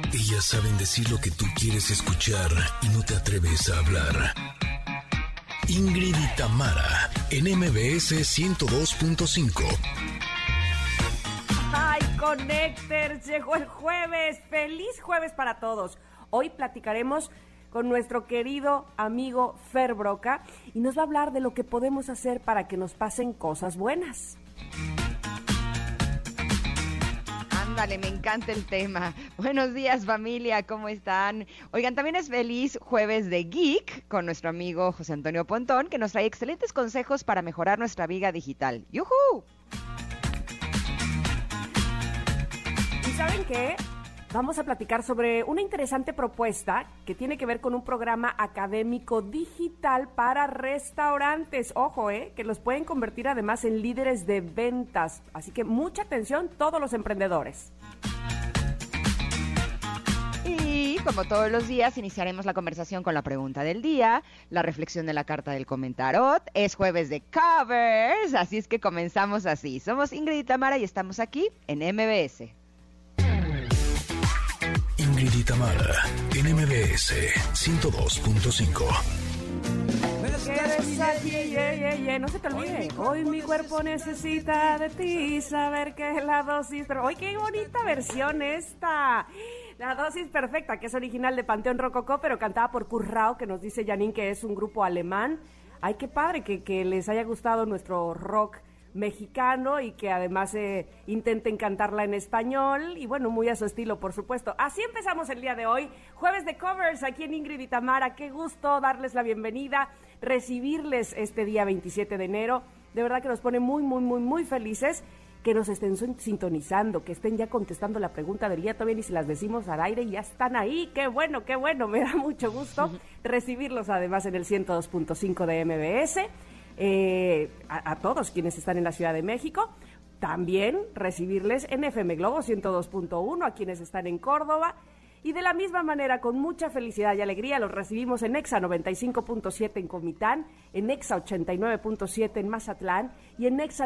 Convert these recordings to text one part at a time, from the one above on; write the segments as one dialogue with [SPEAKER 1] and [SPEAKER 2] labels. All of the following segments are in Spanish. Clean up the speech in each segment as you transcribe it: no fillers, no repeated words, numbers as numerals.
[SPEAKER 1] Ellas saben decir lo que tú quieres escuchar y no te atreves a hablar. Ingrid y Tamara, en MBS 102.5.
[SPEAKER 2] ¡Ay, Connectors! Llegó el jueves. ¡Feliz jueves para todos! Hoy platicaremos con nuestro querido amigo Fer Broca y nos va a hablar de lo que podemos hacer para que nos pasen cosas buenas.
[SPEAKER 3] Ándale, me encanta el tema. Buenos días, familia, ¿cómo están? Oigan, también es feliz jueves de Geek con nuestro amigo José Antonio Pontón, que nos trae excelentes consejos para mejorar nuestra vida digital. ¡Yujú!
[SPEAKER 2] ¿Y saben qué? Vamos a platicar sobre una interesante propuesta que tiene que ver con un programa académico digital para restaurantes. Ojo, que los pueden convertir además en líderes de ventas. Así que mucha atención todos los emprendedores.
[SPEAKER 3] Y como todos los días, iniciaremos la conversación con la pregunta del día, la reflexión de la carta del comentarot. Es jueves de covers, así es que comenzamos así. Somos Ingrid y Tamara y estamos aquí en MBS.
[SPEAKER 1] Ingrid y Tamara, en MBS 102.5.
[SPEAKER 2] Quédate aquí, no se te olvide. Hoy mi cuerpo necesita de ti, saber que es la dosis. Pero hoy qué bonita versión esta. La dosis perfecta, que es original de Panteón Rococó, pero cantada por Currao, que nos dice Janine que es un grupo alemán. Ay, qué padre que les haya gustado nuestro rock mexicano y que además intenten cantarla en español y bueno, muy a su estilo, por supuesto. Así empezamos el día de hoy, jueves de covers aquí en Ingrid y Tamara. Qué gusto darles la bienvenida, recibirles este día 27 de enero. De verdad que nos pone muy, muy, muy, muy felices que nos estén sintonizando, que estén ya contestando la pregunta del día. Todavía ni se las decimos al aire y ya están ahí. Qué bueno, me da mucho gusto recibirlos además en el 102.5 de MBS. A todos quienes están en la Ciudad de México, también recibirles en FM Globo 102.1, a quienes están en Córdoba, y de la misma manera, con mucha felicidad y alegría, los recibimos en Exa 95.7 en Comitán, en Exa 89.7 en Mazatlán y en Exa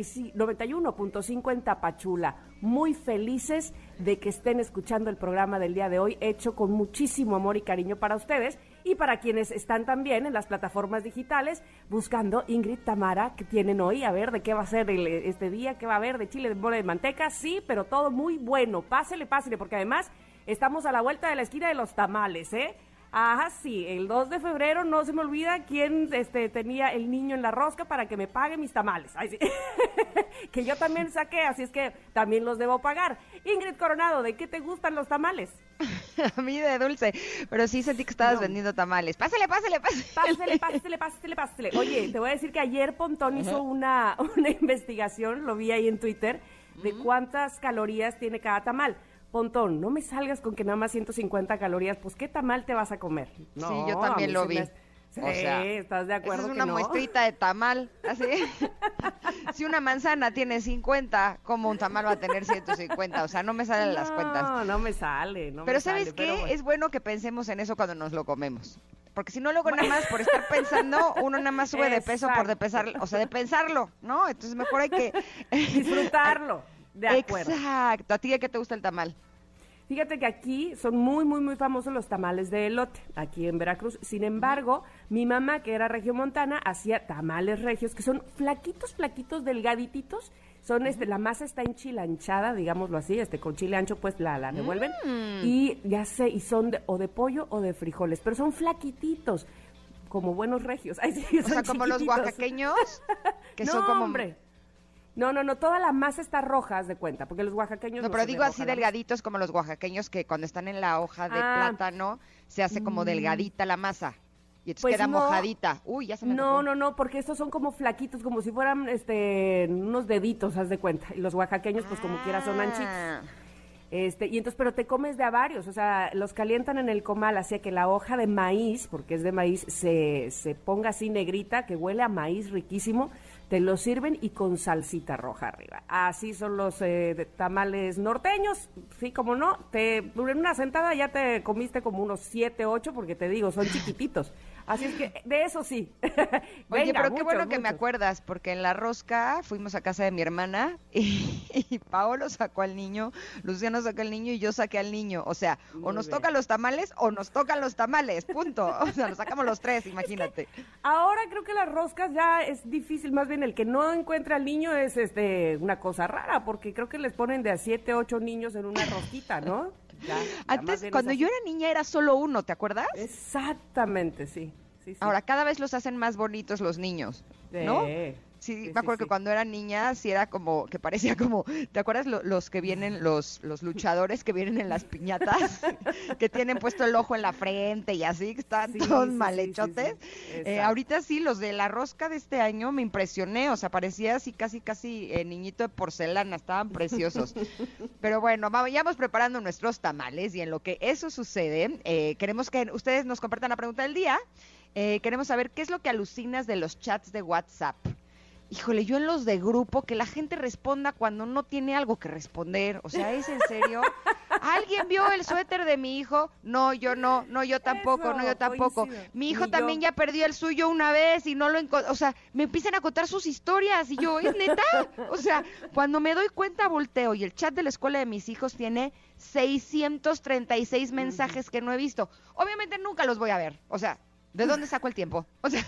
[SPEAKER 2] 91.5 en Tapachula. Muy felices de que estén escuchando el programa del día de hoy, hecho con muchísimo amor y cariño para ustedes y para quienes están también en las plataformas digitales buscando Ingrid, Tamara, que tienen hoy, a ver de qué va a ser este día, qué va a haber de chile de mole de manteca, sí, pero todo muy bueno. Pásele, porque además estamos a la vuelta de la esquina de los tamales, Ajá, sí, el 2 de febrero no se me olvida quién tenía el niño en la rosca para que me pague mis tamales. Ay, sí. Que yo también saqué, así es que también los debo pagar. Ingrid Coronado, ¿de qué te gustan los tamales?
[SPEAKER 3] A mí de dulce, pero sí sentí que estabas vendiendo tamales. Pásale.
[SPEAKER 2] Pásale. Oye, te voy a decir que ayer Pontón hizo una investigación, lo vi ahí en Twitter, de cuántas calorías tiene cada tamal. Pontón, no me salgas con que nada más 150 calorías, pues ¿qué tamal te vas a comer?
[SPEAKER 3] No, sí, yo también lo vi.
[SPEAKER 2] Sí, o sea, ¿estás de acuerdo?
[SPEAKER 3] Esa es una muestrita de tamal, así. Si una manzana tiene 50, ¿cómo un tamal va a tener 150? O sea, no me salen las cuentas.
[SPEAKER 2] No me sale.
[SPEAKER 3] Pero ¿sabes qué? Pero bueno. Es bueno que pensemos en eso cuando nos lo comemos. Porque si no, luego nada más por estar pensando, uno nada más sube de peso por de pensarlo, ¿no? Entonces mejor hay que
[SPEAKER 2] disfrutarlo. De acuerdo.
[SPEAKER 3] Exacto. ¿A ti de qué te gusta el tamal?
[SPEAKER 2] Fíjate que aquí son muy, muy, muy famosos los tamales de elote, aquí en Veracruz. Sin embargo, mi mamá, que era regiomontana, hacía tamales regios, que son flaquitos, delgadititos. Son la masa está enchilanchada, digámoslo así, con chile ancho, pues la revuelven. Y ya sé, y son o de pollo o de frijoles, pero son flaquititos, como buenos regios. Ay, sí,
[SPEAKER 3] o sea, como los oaxaqueños, que son como...
[SPEAKER 2] hombre. No, toda la masa está roja, haz de cuenta, porque los oaxaqueños...
[SPEAKER 3] No, pero digo así delgaditos como los oaxaqueños, que cuando están en la hoja de plátano, se hace como delgadita la masa, y entonces pues queda mojadita. Uy, ya se me tocó.
[SPEAKER 2] No, porque estos son como flaquitos, como si fueran unos deditos, haz de cuenta, y los oaxaqueños, pues como quiera, son anchitos. Y entonces, pero te comes de a varios, o sea, los calientan en el comal, hacia que la hoja de maíz, porque es de maíz, se ponga así negrita, que huele a maíz riquísimo, te lo sirven y con salsita roja arriba. Así son los tamales norteños, sí, como no, en una sentada ya te comiste como unos 7, 8, porque te digo, son chiquititos. Así es que de eso sí.
[SPEAKER 3] Oye,
[SPEAKER 2] Venga,
[SPEAKER 3] pero qué bueno que me
[SPEAKER 2] muchos.
[SPEAKER 3] acuerdas, porque en la rosca fuimos a casa de mi hermana y Paolo sacó al niño, Luciano sacó al niño y yo saqué al niño. O sea, o
[SPEAKER 2] Muy
[SPEAKER 3] nos
[SPEAKER 2] bien.
[SPEAKER 3] tocan los tamales o nos tocan los tamales, punto. O sea, nos sacamos los tres, imagínate.
[SPEAKER 2] Ahora creo que las roscas ya es difícil, más bien el que no encuentra al niño es una cosa rara, porque creo que les ponen de a 7, 8 niños en una rosquita, ¿no? Ya más
[SPEAKER 3] Antes,
[SPEAKER 2] bien es
[SPEAKER 3] cuando
[SPEAKER 2] así.
[SPEAKER 3] yo era niña, era solo uno, ¿te acuerdas?
[SPEAKER 2] Exactamente, sí. Sí, sí.
[SPEAKER 3] Ahora, cada vez los hacen más bonitos los niños, ¿no? Sí, me acuerdo que cuando era niña, sí era como, que parecía como, ¿te acuerdas los que vienen, los luchadores que vienen en las piñatas? Que tienen puesto el ojo en la frente y así, que están
[SPEAKER 2] Sí,
[SPEAKER 3] todos
[SPEAKER 2] sí,
[SPEAKER 3] malhechotes.
[SPEAKER 2] sí, sí. Exacto.
[SPEAKER 3] Ahorita sí, los de la rosca de este año me impresioné, o sea, parecía así casi niñito de porcelana, estaban preciosos. Pero bueno, vayamos preparando nuestros tamales y en lo que eso sucede, queremos que ustedes nos compartan la pregunta del día. Queremos saber qué es lo que alucinas de los chats de WhatsApp. Híjole, yo en los de grupo, que la gente responda cuando no tiene algo que responder. O sea, ¿es en serio? ¿Alguien vio el suéter de mi hijo? No, yo no, yo tampoco,
[SPEAKER 2] Eso,
[SPEAKER 3] no, yo tampoco.
[SPEAKER 2] coincido.
[SPEAKER 3] Mi hijo
[SPEAKER 2] Ni
[SPEAKER 3] también
[SPEAKER 2] yo.
[SPEAKER 3] ya perdió el suyo una vez y no lo encontró. O sea, me empiezan a contar sus historias y yo, ¿es neta? O sea, cuando me doy cuenta volteo y el chat de la escuela de mis hijos tiene 636 mensajes que no he visto. Obviamente nunca los voy a ver. O sea, ¿de dónde saco el tiempo? O sea...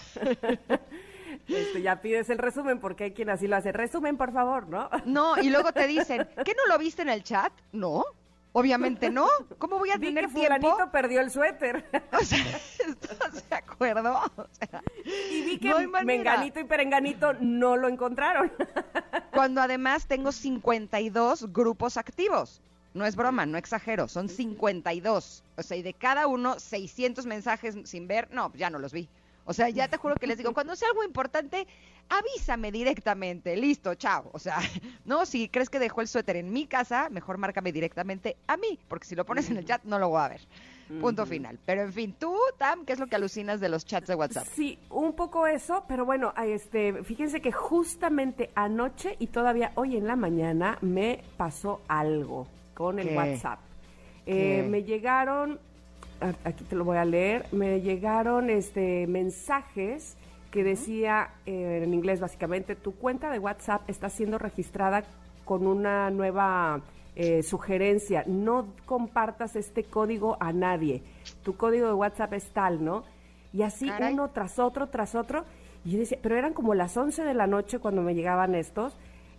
[SPEAKER 2] Ya pides el resumen porque hay quien así lo hace. Resumen, por favor, ¿no?
[SPEAKER 3] No, y luego te dicen, ¿qué no lo viste en el chat? No, obviamente no. ¿Cómo voy a
[SPEAKER 2] Vi
[SPEAKER 3] tener
[SPEAKER 2] que
[SPEAKER 3] tiempo?
[SPEAKER 2] fulanito perdió el suéter.
[SPEAKER 3] O sea, ¿estás de acuerdo? O sea,
[SPEAKER 2] Y vi que
[SPEAKER 3] no hay manera.
[SPEAKER 2] menganito y perenganito no lo encontraron.
[SPEAKER 3] Cuando además tengo 52 grupos activos. No es broma, no exagero, son 52. O sea, y de cada uno 600 mensajes sin ver, no, ya no los vi. O sea, ya te juro que les digo, cuando sea algo importante, avísame directamente, listo, chao. O sea, no, si crees que dejó el suéter en mi casa, mejor márcame directamente a mí, porque si lo pones en el chat no lo voy a ver. Punto final. Pero en fin, tú, Tam, ¿qué es lo que alucinas de los chats de WhatsApp?
[SPEAKER 2] Sí, un poco eso, pero bueno, fíjense que justamente anoche y todavía hoy en la mañana me pasó algo con el
[SPEAKER 3] ¿Qué?
[SPEAKER 2] WhatsApp.
[SPEAKER 3] ¿Qué?
[SPEAKER 2] Me llegaron, aquí te lo voy a leer, me llegaron mensajes que decía en inglés básicamente, tu cuenta de WhatsApp está siendo registrada con una nueva sugerencia, no compartas este código a nadie, tu código de WhatsApp es tal, ¿no? Y así
[SPEAKER 3] Caray.
[SPEAKER 2] uno tras otro, y yo decía, pero eran como las 11 de la noche cuando me llegaban estos.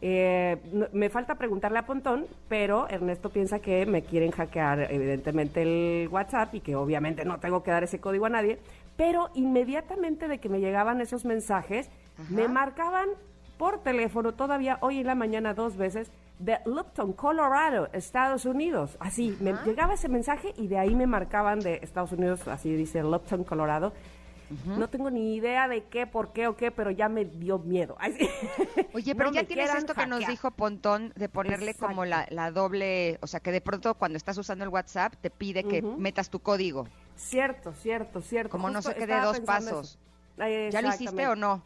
[SPEAKER 2] Me falta preguntarle a Pontón, pero Ernesto piensa que me quieren hackear evidentemente el WhatsApp y que obviamente no tengo que dar ese código a nadie, pero inmediatamente de que me llegaban esos mensajes,
[SPEAKER 3] Ajá.
[SPEAKER 2] me marcaban por teléfono todavía hoy en la mañana 2 veces de Lupton, Colorado, Estados Unidos. Así, me llegaba ese mensaje y de ahí me marcaban de Estados Unidos, así dice Lupton, Colorado. No tengo ni idea de qué, por qué o qué, pero ya me dio miedo. Ay, sí.
[SPEAKER 3] Oye, pero
[SPEAKER 2] No
[SPEAKER 3] ya
[SPEAKER 2] me
[SPEAKER 3] tienes
[SPEAKER 2] quieran
[SPEAKER 3] esto que nos
[SPEAKER 2] hackear.
[SPEAKER 3] dijo Pontón de ponerle como la doble, o sea, que de pronto cuando estás usando el WhatsApp te pide que metas tu código.
[SPEAKER 2] Cierto.
[SPEAKER 3] Como no
[SPEAKER 2] Justo
[SPEAKER 3] sé qué de
[SPEAKER 2] estaba
[SPEAKER 3] 2
[SPEAKER 2] pensando
[SPEAKER 3] pasos.
[SPEAKER 2] eso.
[SPEAKER 3] ¿Ya lo hiciste o no?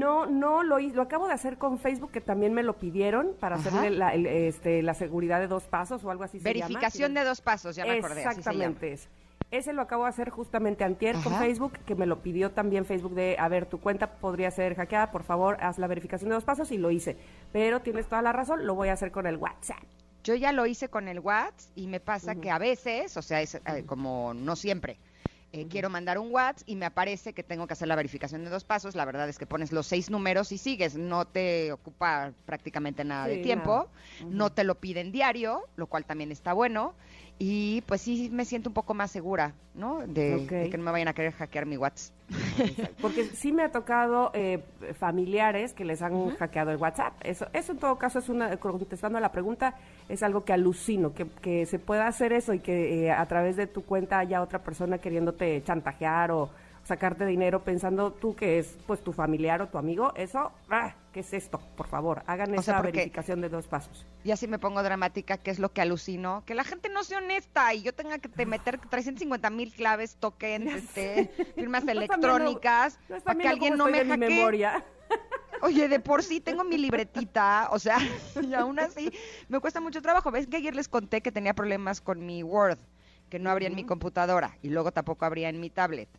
[SPEAKER 2] No, lo acabo de hacer con Facebook, que también me lo pidieron para
[SPEAKER 3] Ajá.
[SPEAKER 2] hacerle la seguridad de 2 pasos o algo así.
[SPEAKER 3] Verificación de 2 pasos, ya me acordé, así se llama.
[SPEAKER 2] Exactamente eso. Ese lo acabo de hacer justamente antier con
[SPEAKER 3] Ajá.
[SPEAKER 2] Facebook, que me lo pidió también Facebook de, a ver, tu cuenta podría ser hackeada, por favor, haz la verificación de 2 pasos y lo hice. Pero tienes toda la razón, lo voy a hacer con el WhatsApp.
[SPEAKER 3] Yo ya lo hice con el WhatsApp y me pasa que a veces, o sea, es como no siempre, quiero mandar un WhatsApp y me aparece que tengo que hacer la verificación de 2 pasos. La verdad es que pones los 6 números y sigues, no te ocupa prácticamente nada de
[SPEAKER 2] Sí,
[SPEAKER 3] tiempo,
[SPEAKER 2] nada.
[SPEAKER 3] no te lo piden diario, lo cual también está bueno. Y pues sí me siento un poco más segura, ¿no? De que no me vayan a querer hackear mi WhatsApp.
[SPEAKER 2] Porque sí me ha tocado familiares que les han hackeado el WhatsApp. Eso en todo caso es contestando a la pregunta, es algo que alucino, que se pueda hacer eso y que a través de tu cuenta haya otra persona queriéndote chantajear o sacarte dinero pensando tú que es pues tu familiar o tu amigo. Eso, ¿qué es esto? Por favor, hagan esa verificación de 2 pasos.
[SPEAKER 3] Y así me pongo dramática, que es lo que alucino, que la gente no sea honesta y yo tenga que meter 350,000 claves, tokens, firmas electrónicas, para que alguien no me hackee.
[SPEAKER 2] Memoria.
[SPEAKER 3] Oye, de por sí tengo mi libretita, o sea, y aún así me cuesta mucho trabajo. ¿Ves que ayer les conté que tenía problemas con mi Word, que no abría en mi computadora y luego tampoco abría en mi tablet?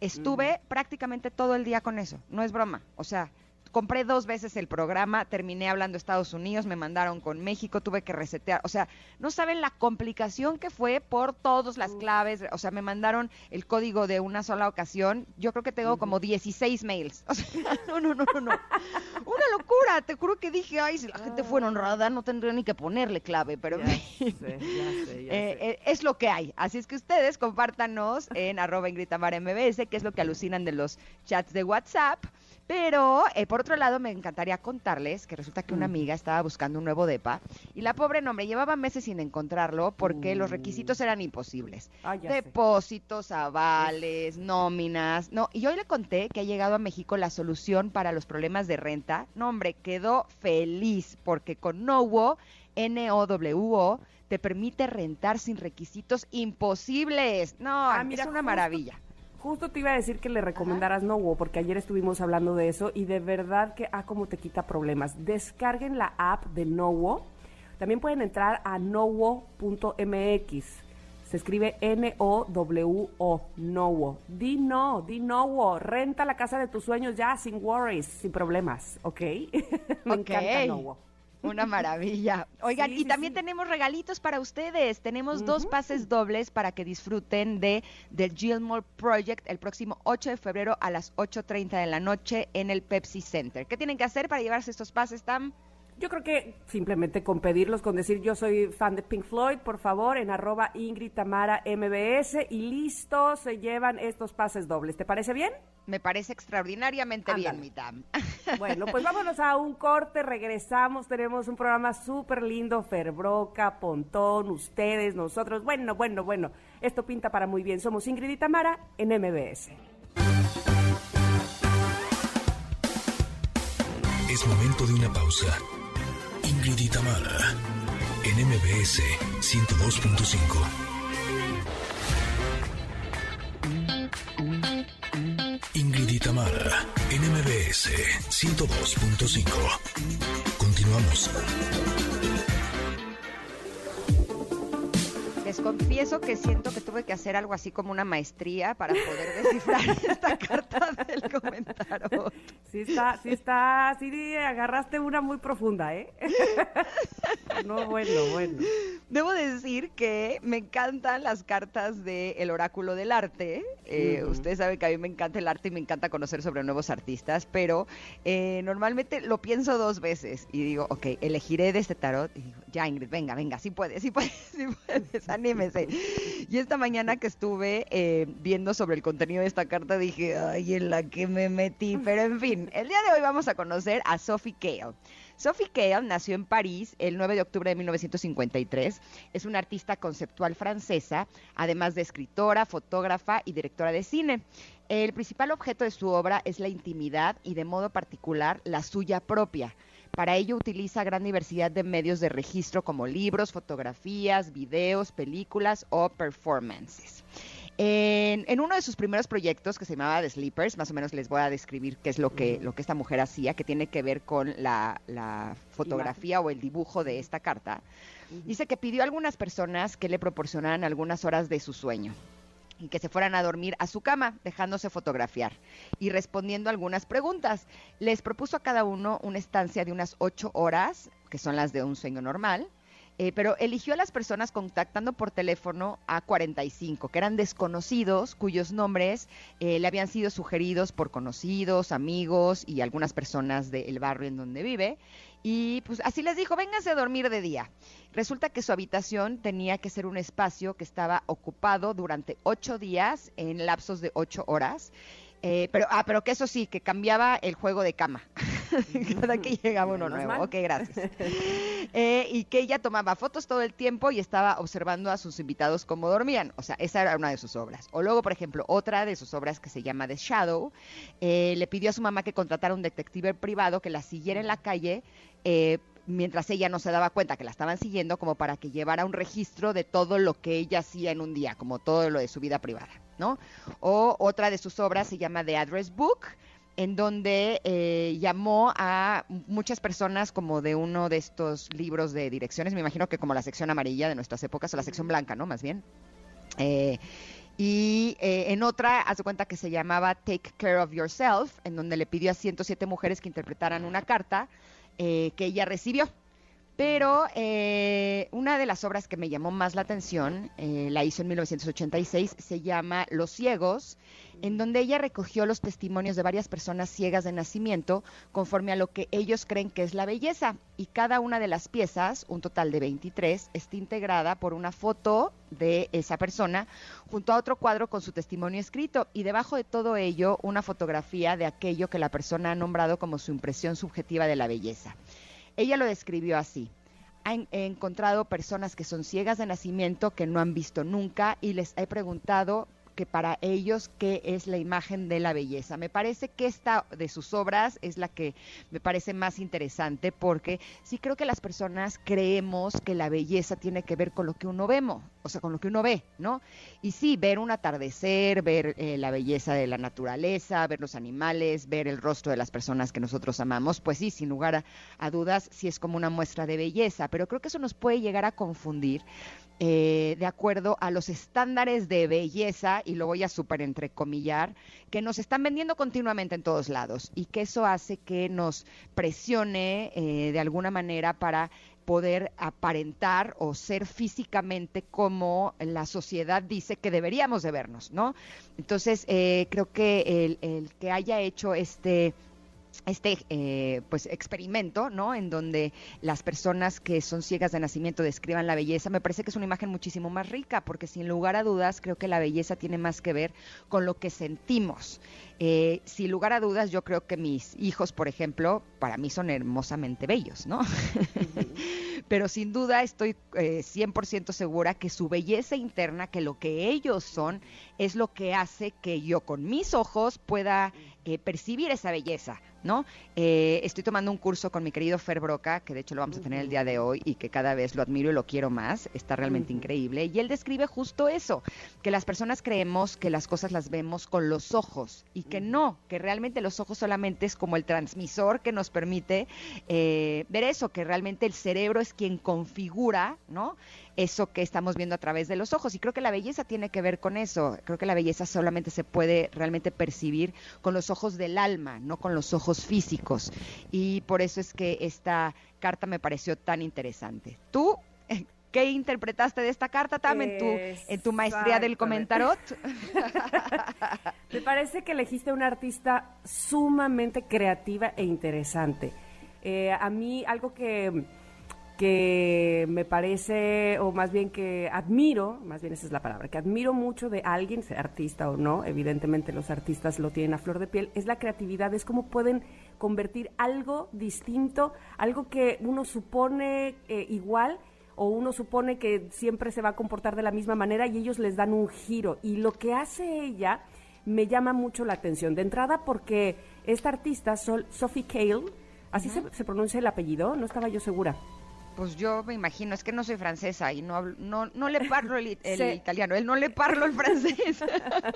[SPEAKER 3] estuve prácticamente todo el día con eso, no es broma, o sea, compré 2 veces el programa, terminé hablando Estados Unidos, me mandaron con México, tuve que resetear, o sea, no saben la complicación que fue por todas las claves, o sea, me mandaron el código de una sola ocasión, yo creo que tengo como 16 mails, o sea, no, una locura, te juro que dije, ay, si la gente fuera honrada, no tendría ni que ponerle clave, pero
[SPEAKER 2] ya sé.
[SPEAKER 3] Es lo que hay, así es que ustedes compártanos en @IngridTamaraMBS qué es lo que alucinan de los chats de WhatsApp. Pero, por otro lado, me encantaría contarles que resulta que una amiga estaba buscando un nuevo depa y la pobre nombre llevaba meses sin encontrarlo porque los requisitos eran imposibles. Depósitos, avales, nóminas, no. Y hoy le conté que ha llegado a México la solución para los problemas de renta. No, hombre, quedó feliz porque con Nowo, NOWO, te permite rentar sin requisitos imposibles. No, mira, es una maravilla.
[SPEAKER 2] Justo te iba a decir que le recomendaras Nowo, porque ayer estuvimos hablando de eso y de verdad que, cómo te quita problemas. Descarguen la app de Nowo. También pueden entrar a nowo.mx. Se escribe N-O-W-O, Nowo. Di Nowo. Renta la casa de tus sueños ya, sin worries, sin problemas, ¿ok? Me encanta Nowo.
[SPEAKER 3] Una maravilla. Oigan, sí, y también tenemos regalitos para ustedes. Tenemos 2 pases dobles para que disfruten de The Gilmore Project el próximo 8 de febrero a las 8:30 de la noche en el Pepsi Center. ¿Qué tienen que hacer para llevarse estos pases, Tam?
[SPEAKER 2] Yo creo que simplemente con pedirlos, con decir yo soy fan de Pink Floyd, por favor, en @IngridTamaraMBS y listo, se llevan estos pases dobles. ¿Te parece bien?
[SPEAKER 3] Me parece extraordinariamente bien, mi Tam.
[SPEAKER 2] Bueno, pues vámonos a un corte, regresamos, tenemos un programa súper lindo, Ferbroca, Pontón, ustedes, nosotros, bueno, esto pinta para muy bien. Somos Ingrid y Tamara en MBS.
[SPEAKER 1] Es momento de una pausa. Ingrid y Tamara en MBS 102.5. Ingrid y Tamara en MBS 102.5. Continuamos.
[SPEAKER 3] Les confieso que siento que tuve que hacer algo así como una maestría para poder descifrar esta carta del comentario.
[SPEAKER 2] Sí, agarraste una muy profunda, ¿eh? No, bueno.
[SPEAKER 3] Debo decir que me encantan las cartas del Oráculo del Arte. Ustedes saben que a mí me encanta el arte y me encanta conocer sobre nuevos artistas, pero normalmente lo pienso 2 veces y digo, ok, elegiré de este tarot y digo, ya Ingrid, venga, sí puedes, anímese. Y esta mañana que estuve viendo sobre el contenido de esta carta dije, ay, en la que me metí, pero en fin, el día de hoy vamos a conocer a Sophie Calle. Sophie Calle nació en París el 9 de octubre de 1953. Es una artista conceptual francesa, además de escritora, fotógrafa y directora de cine. El principal objeto de su obra es la intimidad y, de modo particular, la suya propia. Para ello utiliza gran diversidad de medios de registro como libros, fotografías, videos, películas o performances. En uno de sus primeros proyectos, que se llamaba The Sleepers, más o menos les voy a describir qué es lo que esta mujer hacía, que tiene que ver con la fotografía o el dibujo de esta carta. Dice que pidió a algunas personas que le proporcionaran algunas horas de su sueño y que se fueran a dormir a su cama, dejándose fotografiar y respondiendo algunas preguntas. Les propuso a cada uno una estancia de unas 8 horas, que son las de un sueño normal, pero eligió a las personas contactando por teléfono a 45, que eran desconocidos, cuyos nombres le habían sido sugeridos por conocidos, amigos y algunas personas del barrio en donde vive. Y pues así les dijo, vénganse a dormir de día. Resulta que su habitación tenía que ser un espacio que estaba ocupado durante 8 días en lapsos de 8 horas. Pero que eso sí, que cambiaba el juego de cama cada que llegaba uno nuevo. Ok, gracias. Y que ella tomaba fotos todo el tiempo y estaba observando a sus invitados cómo dormían. O sea, esa era una de sus obras. O luego, por ejemplo, otra de sus obras que se llama The Shadow, le pidió a su mamá que contratara un detective privado que la siguiera en la calle mientras ella no se daba cuenta que la estaban siguiendo, como para que llevara un registro de todo lo que ella hacía en un día, como todo lo de su vida privada, ¿no? O otra de sus obras se llama The Address Book, en donde llamó a muchas personas como de uno de estos libros de direcciones, me imagino que como la sección amarilla de nuestras épocas, o la sección blanca, ¿no? Más bien. Y en otra, haz de cuenta que se llamaba Take Care of Yourself, en donde le pidió a 107 mujeres que interpretaran una carta que ella recibió. Pero una de las obras que me llamó más la atención, la hizo en 1986, se llama Los Ciegos, en donde ella recogió los testimonios de varias personas ciegas de nacimiento conforme a lo que ellos creen que es la belleza. Y cada una de las piezas, un total de 23, está integrada por una foto de esa persona junto a otro cuadro con su testimonio escrito. Y debajo de todo ello, una fotografía de aquello que la persona ha nombrado como su impresión subjetiva de la belleza. Ella lo describió así: he encontrado personas que son ciegas de nacimiento, que no han visto nunca, y les he preguntado que para ellos qué es la imagen de la belleza. Me parece que esta de sus obras es la que me parece más interesante, porque sí creo que las personas creemos que la belleza tiene que ver con lo que uno vemos, o sea, con lo que uno ve, ¿no? Y sí, ver un atardecer, ver la belleza de la naturaleza, ver los animales, ver el rostro de las personas que nosotros amamos, pues sí, sin lugar a dudas, sí es como una muestra de belleza, pero creo que eso nos puede llegar a confundir de acuerdo a los estándares de belleza, y lo voy a súper entrecomillar, que nos están vendiendo continuamente en todos lados, y que eso hace que nos presione de alguna manera para poder aparentar o ser físicamente como la sociedad dice que deberíamos de vernos, ¿no? Entonces, creo que el que haya hecho este pues experimento, ¿no? En donde las personas que son ciegas de nacimiento describan la belleza, me parece que es una imagen muchísimo más rica, porque sin lugar a dudas creo que la belleza tiene más que ver con lo que sentimos. Sin lugar a dudas, yo creo que mis hijos, por ejemplo, para mí son hermosamente bellos, ¿no? Pero sin duda estoy 100% segura que su belleza interna, que lo que ellos son, es lo que hace que yo con mis ojos pueda percibir esa belleza, ¿no? Estoy tomando un curso con mi querido Fer Broca, que de hecho lo vamos a tener el día de hoy, y que cada vez lo admiro y lo quiero más, está realmente increíble, y él describe justo eso, que las personas creemos que las cosas las vemos con los ojos, y que no, que realmente los ojos solamente es como el transmisor que nos permite ver eso, que realmente el cerebro es quien configura, ¿no?, eso que estamos viendo a través de los ojos. Y creo que la belleza tiene que ver con eso. Creo que la belleza solamente se puede realmente percibir con los ojos del alma, no con los ojos físicos. Y por eso es que esta carta me pareció tan interesante. ¿Tú qué interpretaste de esta carta, Tam, en tu maestría del comentarot?
[SPEAKER 2] Me parece que elegiste una artista sumamente creativa e interesante. A mí algo que me parece, o más bien que admiro, más bien esa es la palabra, que admiro mucho de alguien, sea artista o no, evidentemente los artistas lo tienen a flor de piel, es la creatividad, es cómo pueden convertir algo distinto, algo que uno supone igual, o uno supone que siempre se va a comportar de la misma manera, y ellos les dan un giro, y lo que hace ella me llama mucho la atención, de entrada porque esta artista, Sophie Calle, así se pronuncia el apellido, no estaba yo segura.
[SPEAKER 3] Pues yo me imagino, es que no soy francesa y no le parlo el italiano, él no le parlo el francés.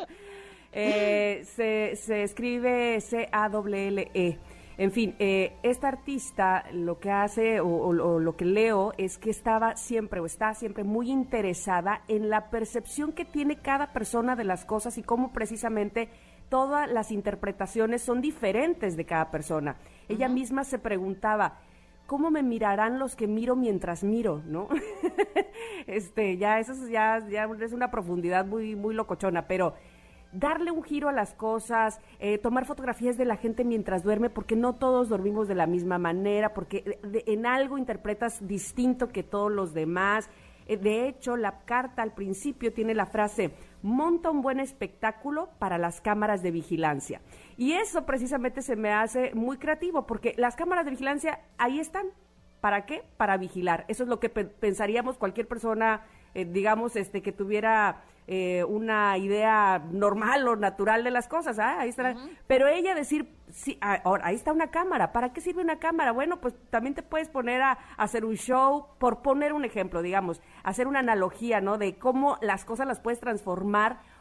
[SPEAKER 2] Se escribe C-A-L-L-E. En fin, esta artista lo que hace o lo que leo es que está siempre muy interesada en la percepción que tiene cada persona de las cosas y cómo precisamente todas las interpretaciones son diferentes de cada persona. Ella misma se preguntaba, ¿cómo me mirarán los que miro mientras miro, no? Ya eso ya es una profundidad muy, muy locochona, pero darle un giro a las cosas, tomar fotografías de la gente mientras duerme, porque no todos dormimos de la misma manera, porque en algo interpretas distinto que todos los demás. De hecho, la carta al principio tiene la frase, monta un buen espectáculo para las cámaras de vigilancia. Y eso precisamente se me hace muy creativo, porque las cámaras de vigilancia ahí están. ¿Para qué? Para vigilar. Eso es lo que pensaríamos cualquier persona, digamos, que tuviera una idea normal o natural de las cosas. Ahí está. Pero ella decir, sí, ahora, ahí está una cámara. ¿Para qué sirve una cámara? Bueno, pues también te puedes poner a hacer un show, por poner un ejemplo, digamos, hacer una analogía, ¿no? De cómo las cosas las puedes transformar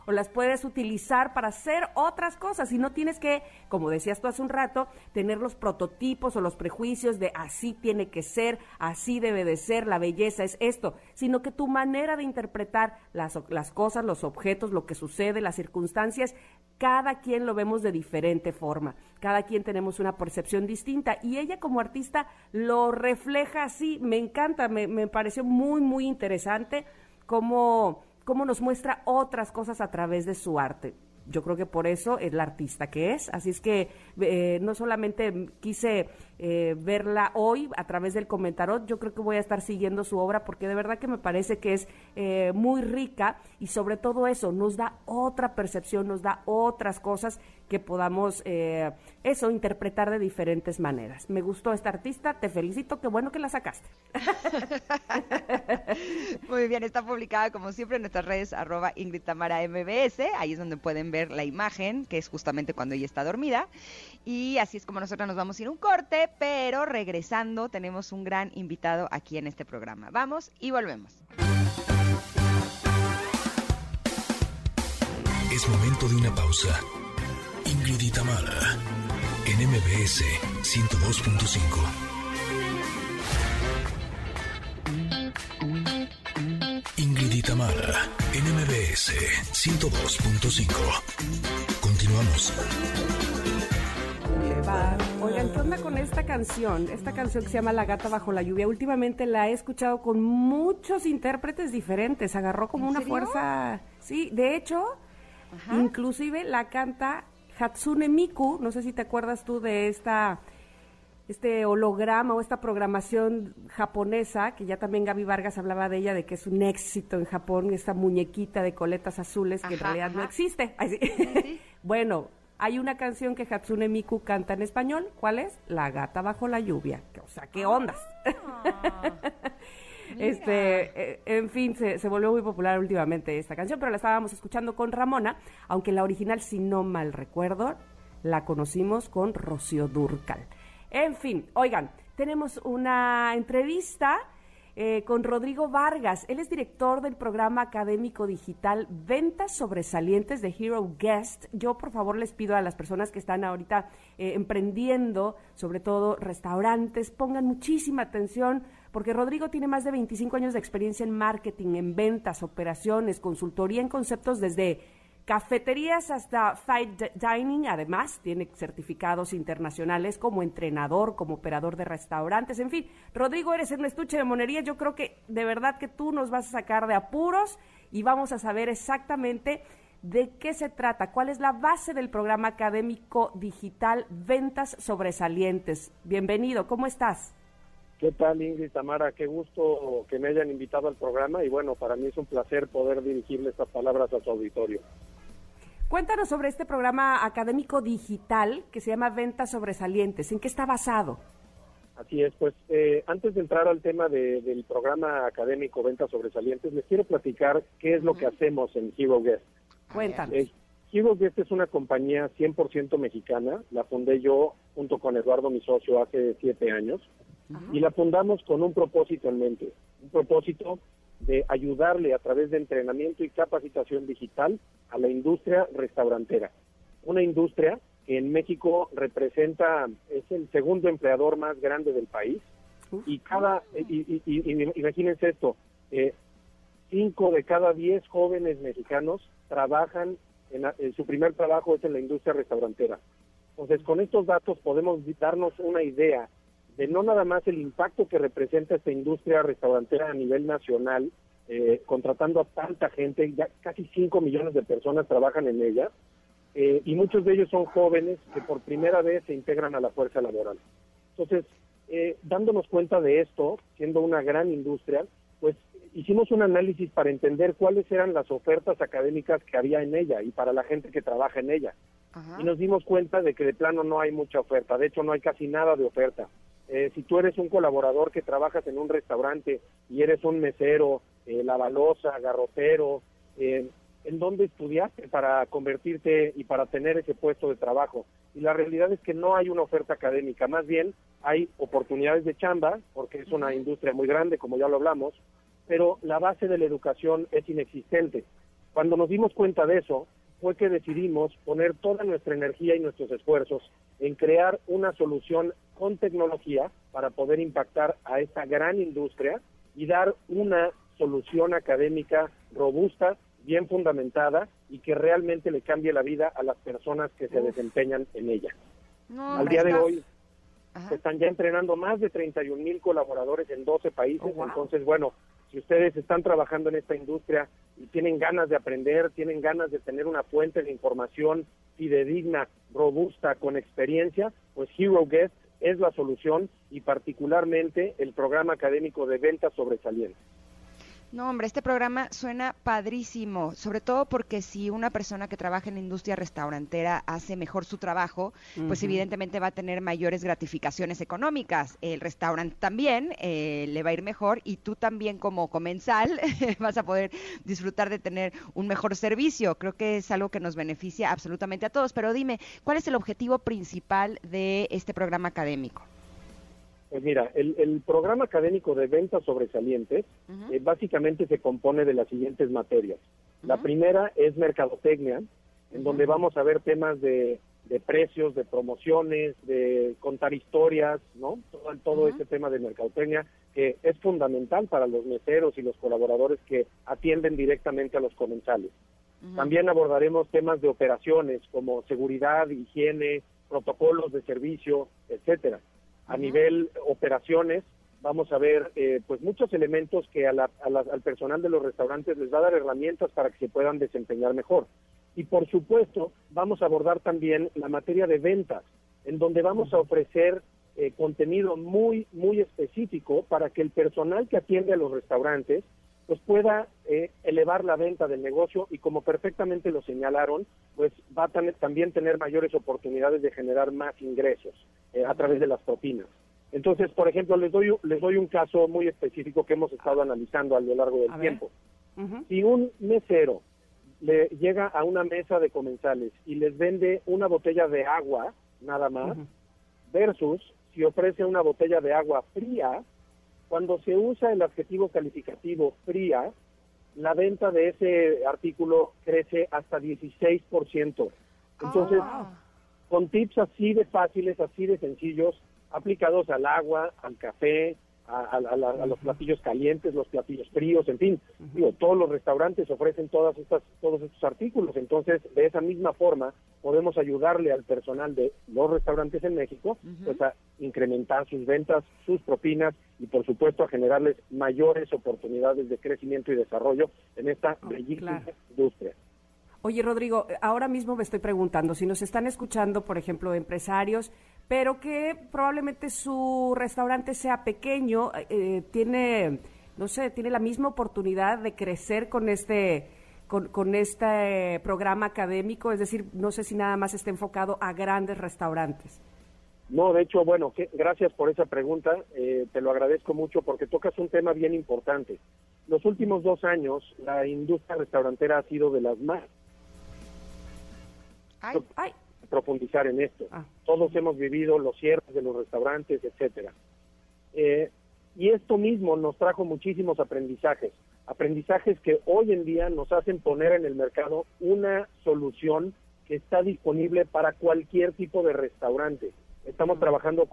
[SPEAKER 2] o las puedes utilizar para hacer otras cosas y no tienes que, como decías tú hace un rato, tener los prototipos o los prejuicios de así tiene que ser, así debe de ser, la belleza es esto, sino que tu manera de interpretar las cosas, los objetos, lo que sucede, las circunstancias, cada quien lo vemos de diferente forma, cada quien tenemos una percepción distinta y ella como artista lo refleja así. Me encanta, me pareció muy, muy interesante cómo nos muestra otras cosas a través de su arte. Yo creo que por eso es la artista que es, así es que no solamente quise verla hoy a través del comentarot, yo creo que voy a estar siguiendo su obra porque de verdad que me parece que es muy rica y sobre todo eso, nos da otra percepción, nos da otras cosas que podamos interpretar de diferentes maneras. Me gustó esta artista, te felicito, qué bueno que la sacaste.
[SPEAKER 3] Muy bien, está publicada como siempre en nuestras redes @IngridTamaraMBS, ahí es donde pueden ver la imagen, que es justamente cuando ella está dormida, y así es como nosotros nos vamos a ir a un corte, pero regresando tenemos un gran invitado aquí en este programa. Vamos y volvemos.
[SPEAKER 1] Es momento de una pausa. Ingrid y Tamara, en MBS 102.5. Ingrid y Tamara, en MBS 102.5. Continuamos.
[SPEAKER 2] Oigan, ¿qué onda con esta canción? Esta canción que se llama La Gata Bajo la Lluvia. Últimamente la he escuchado con muchos intérpretes diferentes. Agarró como una fuerza. Sí, de hecho, inclusive la canta Hatsune Miku. No sé si te acuerdas tú de este holograma o esta programación japonesa, que ya también Gaby Vargas hablaba de ella, de que es un éxito en Japón, esta muñequita de coletas azules que en realidad no existe. Ay, sí. Sí. Bueno, hay una canción que Hatsune Miku canta en español. ¿Cuál es? La Gata Bajo la Lluvia. O sea, ¿qué ondas? En fin, se volvió muy popular últimamente esta canción, pero la estábamos escuchando con Ramona, aunque la original, si no mal recuerdo, la conocimos con Rocío Dúrcal. En fin, oigan, tenemos una entrevista con Rodrigo Vargas. Él es director del programa académico digital Ventas Sobresalientes de Hero Guest. Yo, por favor, les pido a las personas que están ahorita emprendiendo, sobre todo restaurantes, pongan muchísima atención, porque Rodrigo tiene más de 25 años de experiencia en marketing, en ventas, operaciones, consultoría en conceptos desde cafeterías hasta fine dining. Además, tiene certificados internacionales como entrenador, como operador de restaurantes. En fin, Rodrigo, eres un estuche de monerías. Yo creo que de verdad que tú nos vas a sacar de apuros y vamos a saber exactamente de qué se trata, cuál es la base del programa académico digital Ventas Sobresalientes. Bienvenido, ¿cómo estás?
[SPEAKER 4] ¿Qué tal, Ingrid, Tamara? Qué gusto que me hayan invitado al programa y bueno, para mí es un placer poder dirigirle estas palabras a su auditorio.
[SPEAKER 2] Cuéntanos sobre este programa académico digital que se llama Ventas Sobresalientes. ¿En qué está basado?
[SPEAKER 4] Así es, pues antes de entrar al tema del programa académico Ventas Sobresalientes, les quiero platicar qué es lo que hacemos en Hero Guest.
[SPEAKER 2] Cuéntanos.
[SPEAKER 4] Hero Guest es una compañía 100% mexicana. La fundé yo junto con Eduardo, mi socio, hace 7 años. Y la fundamos con un propósito en mente, un propósito de ayudarle a través de entrenamiento y capacitación digital a la industria restaurantera. Una industria que en México representa, es el segundo empleador más grande del país, y imagínense esto, 5 de cada 10 jóvenes mexicanos trabajan, en su primer trabajo es en la industria restaurantera. Entonces, con estos datos podemos darnos una idea de no nada más el impacto que representa esta industria restaurantera a nivel nacional, contratando a tanta gente, ya casi 5 millones de personas trabajan en ella, y muchos de ellos son jóvenes que por primera vez se integran a la fuerza laboral. Entonces, dándonos cuenta de esto, siendo una gran industria, pues hicimos un análisis para entender cuáles eran las ofertas académicas que había en ella y para la gente que trabaja en ella. Y nos dimos cuenta de que de plano no hay mucha oferta, de hecho no hay casi nada de oferta. Si tú eres un colaborador que trabajas en un restaurante y eres un mesero, lavaloza, garrotero, ¿en dónde estudiaste para convertirte y para tener ese puesto de trabajo? Y la realidad es que no hay una oferta académica, más bien hay oportunidades de chamba, porque es una industria muy grande, como ya lo hablamos, pero la base de la educación es inexistente. Cuando nos dimos cuenta de eso, fue que decidimos poner toda nuestra energía y nuestros esfuerzos en crear una solución con tecnología para poder impactar a esta gran industria y dar una solución académica robusta, bien fundamentada y que realmente le cambie la vida a las personas que se desempeñan en ella.
[SPEAKER 3] No,
[SPEAKER 4] Al día de hoy
[SPEAKER 3] Ajá.
[SPEAKER 4] se están ya entrenando más de 31,000 colaboradores en 12 países.
[SPEAKER 2] Oh, wow.
[SPEAKER 4] Entonces, bueno, si ustedes están trabajando en esta industria y tienen ganas de aprender, tienen ganas de tener una fuente de información fidedigna, robusta, con experiencia, pues Hero Guest es la solución y particularmente el programa académico de ventas sobresalientes.
[SPEAKER 3] No, hombre, este programa suena padrísimo, sobre todo porque si una persona que trabaja en la industria restaurantera hace mejor su trabajo, pues evidentemente va a tener mayores gratificaciones económicas. El restaurante también le va a ir mejor y tú también como comensal vas a poder disfrutar de tener un mejor servicio. Creo que es algo que nos beneficia absolutamente a todos. Pero dime, ¿cuál es el objetivo principal de este programa académico?
[SPEAKER 4] Pues mira, el programa académico de ventas sobresalientes básicamente se compone de las siguientes materias. La primera es mercadotecnia, en donde vamos a ver temas de precios, de promociones, de contar historias, ¿no? Todo ese tema de mercadotecnia que es fundamental para los meseros y los colaboradores que atienden directamente a los comensales. También abordaremos temas de operaciones como seguridad, higiene, protocolos de servicio, etcétera. A nivel operaciones, vamos a ver pues muchos elementos que al personal de los restaurantes les va a dar herramientas para que se puedan desempeñar mejor. Y por supuesto, vamos a abordar también la materia de ventas, en donde vamos a ofrecer contenido muy, muy específico para que el personal que atiende a los restaurantes pues pueda elevar la venta del negocio y, como perfectamente lo señalaron, pues va a también tener mayores oportunidades de generar más ingresos a través de las propinas. Entonces, por ejemplo, les doy un caso muy específico que hemos estado analizando a lo largo del tiempo. Si un mesero le llega a una mesa de comensales y les vende una botella de agua, nada más, versus si ofrece una botella de agua fría, cuando se usa el adjetivo calificativo fría, la venta de ese artículo crece hasta 16%. Entonces, con tips así de fáciles, así de sencillos, aplicados al agua, al café, a los platillos calientes, los platillos fríos, en fin, todos los restaurantes ofrecen todos estos artículos. Entonces, de esa misma forma, podemos ayudarle al personal de los restaurantes en México pues a incrementar sus ventas, sus propinas y, por supuesto, a generarles mayores oportunidades de crecimiento y desarrollo en esta bellísima industria.
[SPEAKER 2] Oye, Rodrigo, ahora mismo me estoy preguntando, si nos están escuchando, por ejemplo, empresarios, pero que probablemente su restaurante sea pequeño, tiene la misma oportunidad de crecer con este programa académico, es decir, no sé si nada más está enfocado a grandes restaurantes.
[SPEAKER 4] No, de hecho, bueno, gracias por esa pregunta, te lo agradezco mucho porque tocas un tema bien importante. Los últimos 2 años, la industria restaurantera ha sido de las más... profundizar en esto. Todos hemos vivido los cierres de los restaurantes, etcétera. Y esto mismo nos trajo muchísimos aprendizajes que hoy en día nos hacen poner en el mercado una solución que está disponible para cualquier tipo de restaurante. Estamos trabajando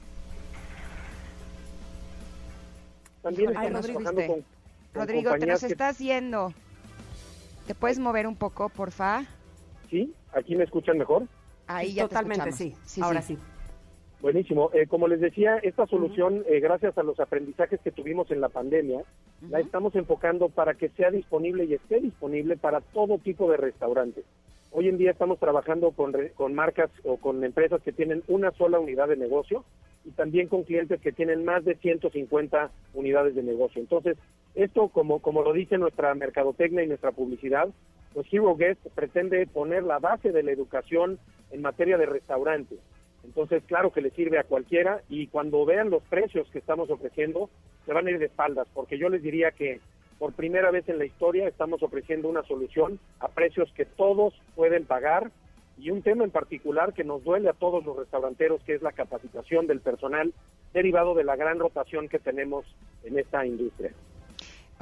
[SPEAKER 4] también estamos trabajando con
[SPEAKER 3] Rodrigo, te nos estás yendo. ¿Te puedes mover un poco, porfa?
[SPEAKER 4] ¿Sí? ¿Aquí me escuchan mejor?
[SPEAKER 3] Ahí ya
[SPEAKER 2] totalmente,
[SPEAKER 3] te
[SPEAKER 2] sí. Ahora sí.
[SPEAKER 4] Buenísimo. Como les decía, esta solución, gracias a los aprendizajes que tuvimos en la pandemia, la estamos enfocando para que sea disponible y esté disponible para todo tipo de restaurantes. Hoy en día estamos trabajando con marcas o con empresas que tienen una sola unidad de negocio y también con clientes que tienen más de 150 unidades de negocio. Entonces, esto, como lo dice nuestra mercadotecnia y nuestra publicidad, pues Hero Guest pretende poner la base de la educación en materia de restaurante. Entonces, claro que le sirve a cualquiera y cuando vean los precios que estamos ofreciendo, se van a ir de espaldas, porque yo les diría que por primera vez en la historia estamos ofreciendo una solución a precios que todos pueden pagar y un tema en particular que nos duele a todos los restauranteros, que es la capacitación del personal derivado de la gran rotación que tenemos en esta industria.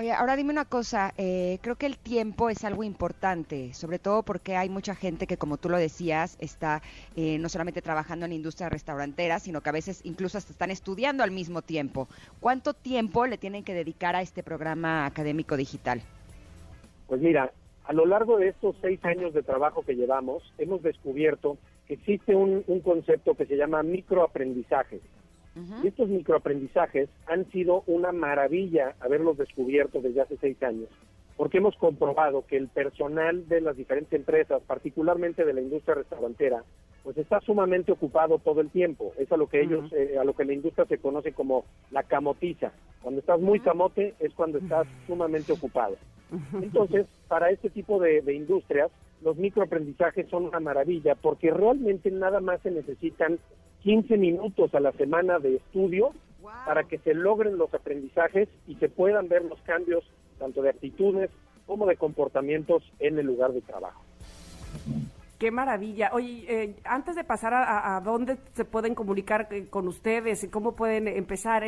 [SPEAKER 3] Oye, ahora dime una cosa, creo que el tiempo es algo importante, sobre todo porque hay mucha gente que, como tú lo decías, está no solamente trabajando en la industria restaurantera, sino que a veces incluso hasta están estudiando al mismo tiempo. ¿Cuánto tiempo le tienen que dedicar a este programa académico digital?
[SPEAKER 4] Pues mira, a lo largo de estos 6 años de trabajo que llevamos, hemos descubierto que existe un concepto que se llama microaprendizaje. Y estos microaprendizajes han sido una maravilla haberlos descubierto desde hace 6 años, porque hemos comprobado que el personal de las diferentes empresas, particularmente de la industria restaurantera, pues está sumamente ocupado todo el tiempo. Es a lo que ellos, a lo que la industria se conoce como la camotiza. Cuando estás muy camote es cuando estás sumamente ocupado. Entonces, para este tipo de industrias, los microaprendizajes son una maravilla, porque realmente nada más se necesitan 15 minutos a la semana de estudio para que se logren los aprendizajes y se puedan ver los cambios tanto de actitudes como de comportamientos en el lugar de trabajo.
[SPEAKER 2] ¡Qué maravilla! Oye, antes de pasar a dónde se pueden comunicar con ustedes y cómo pueden empezar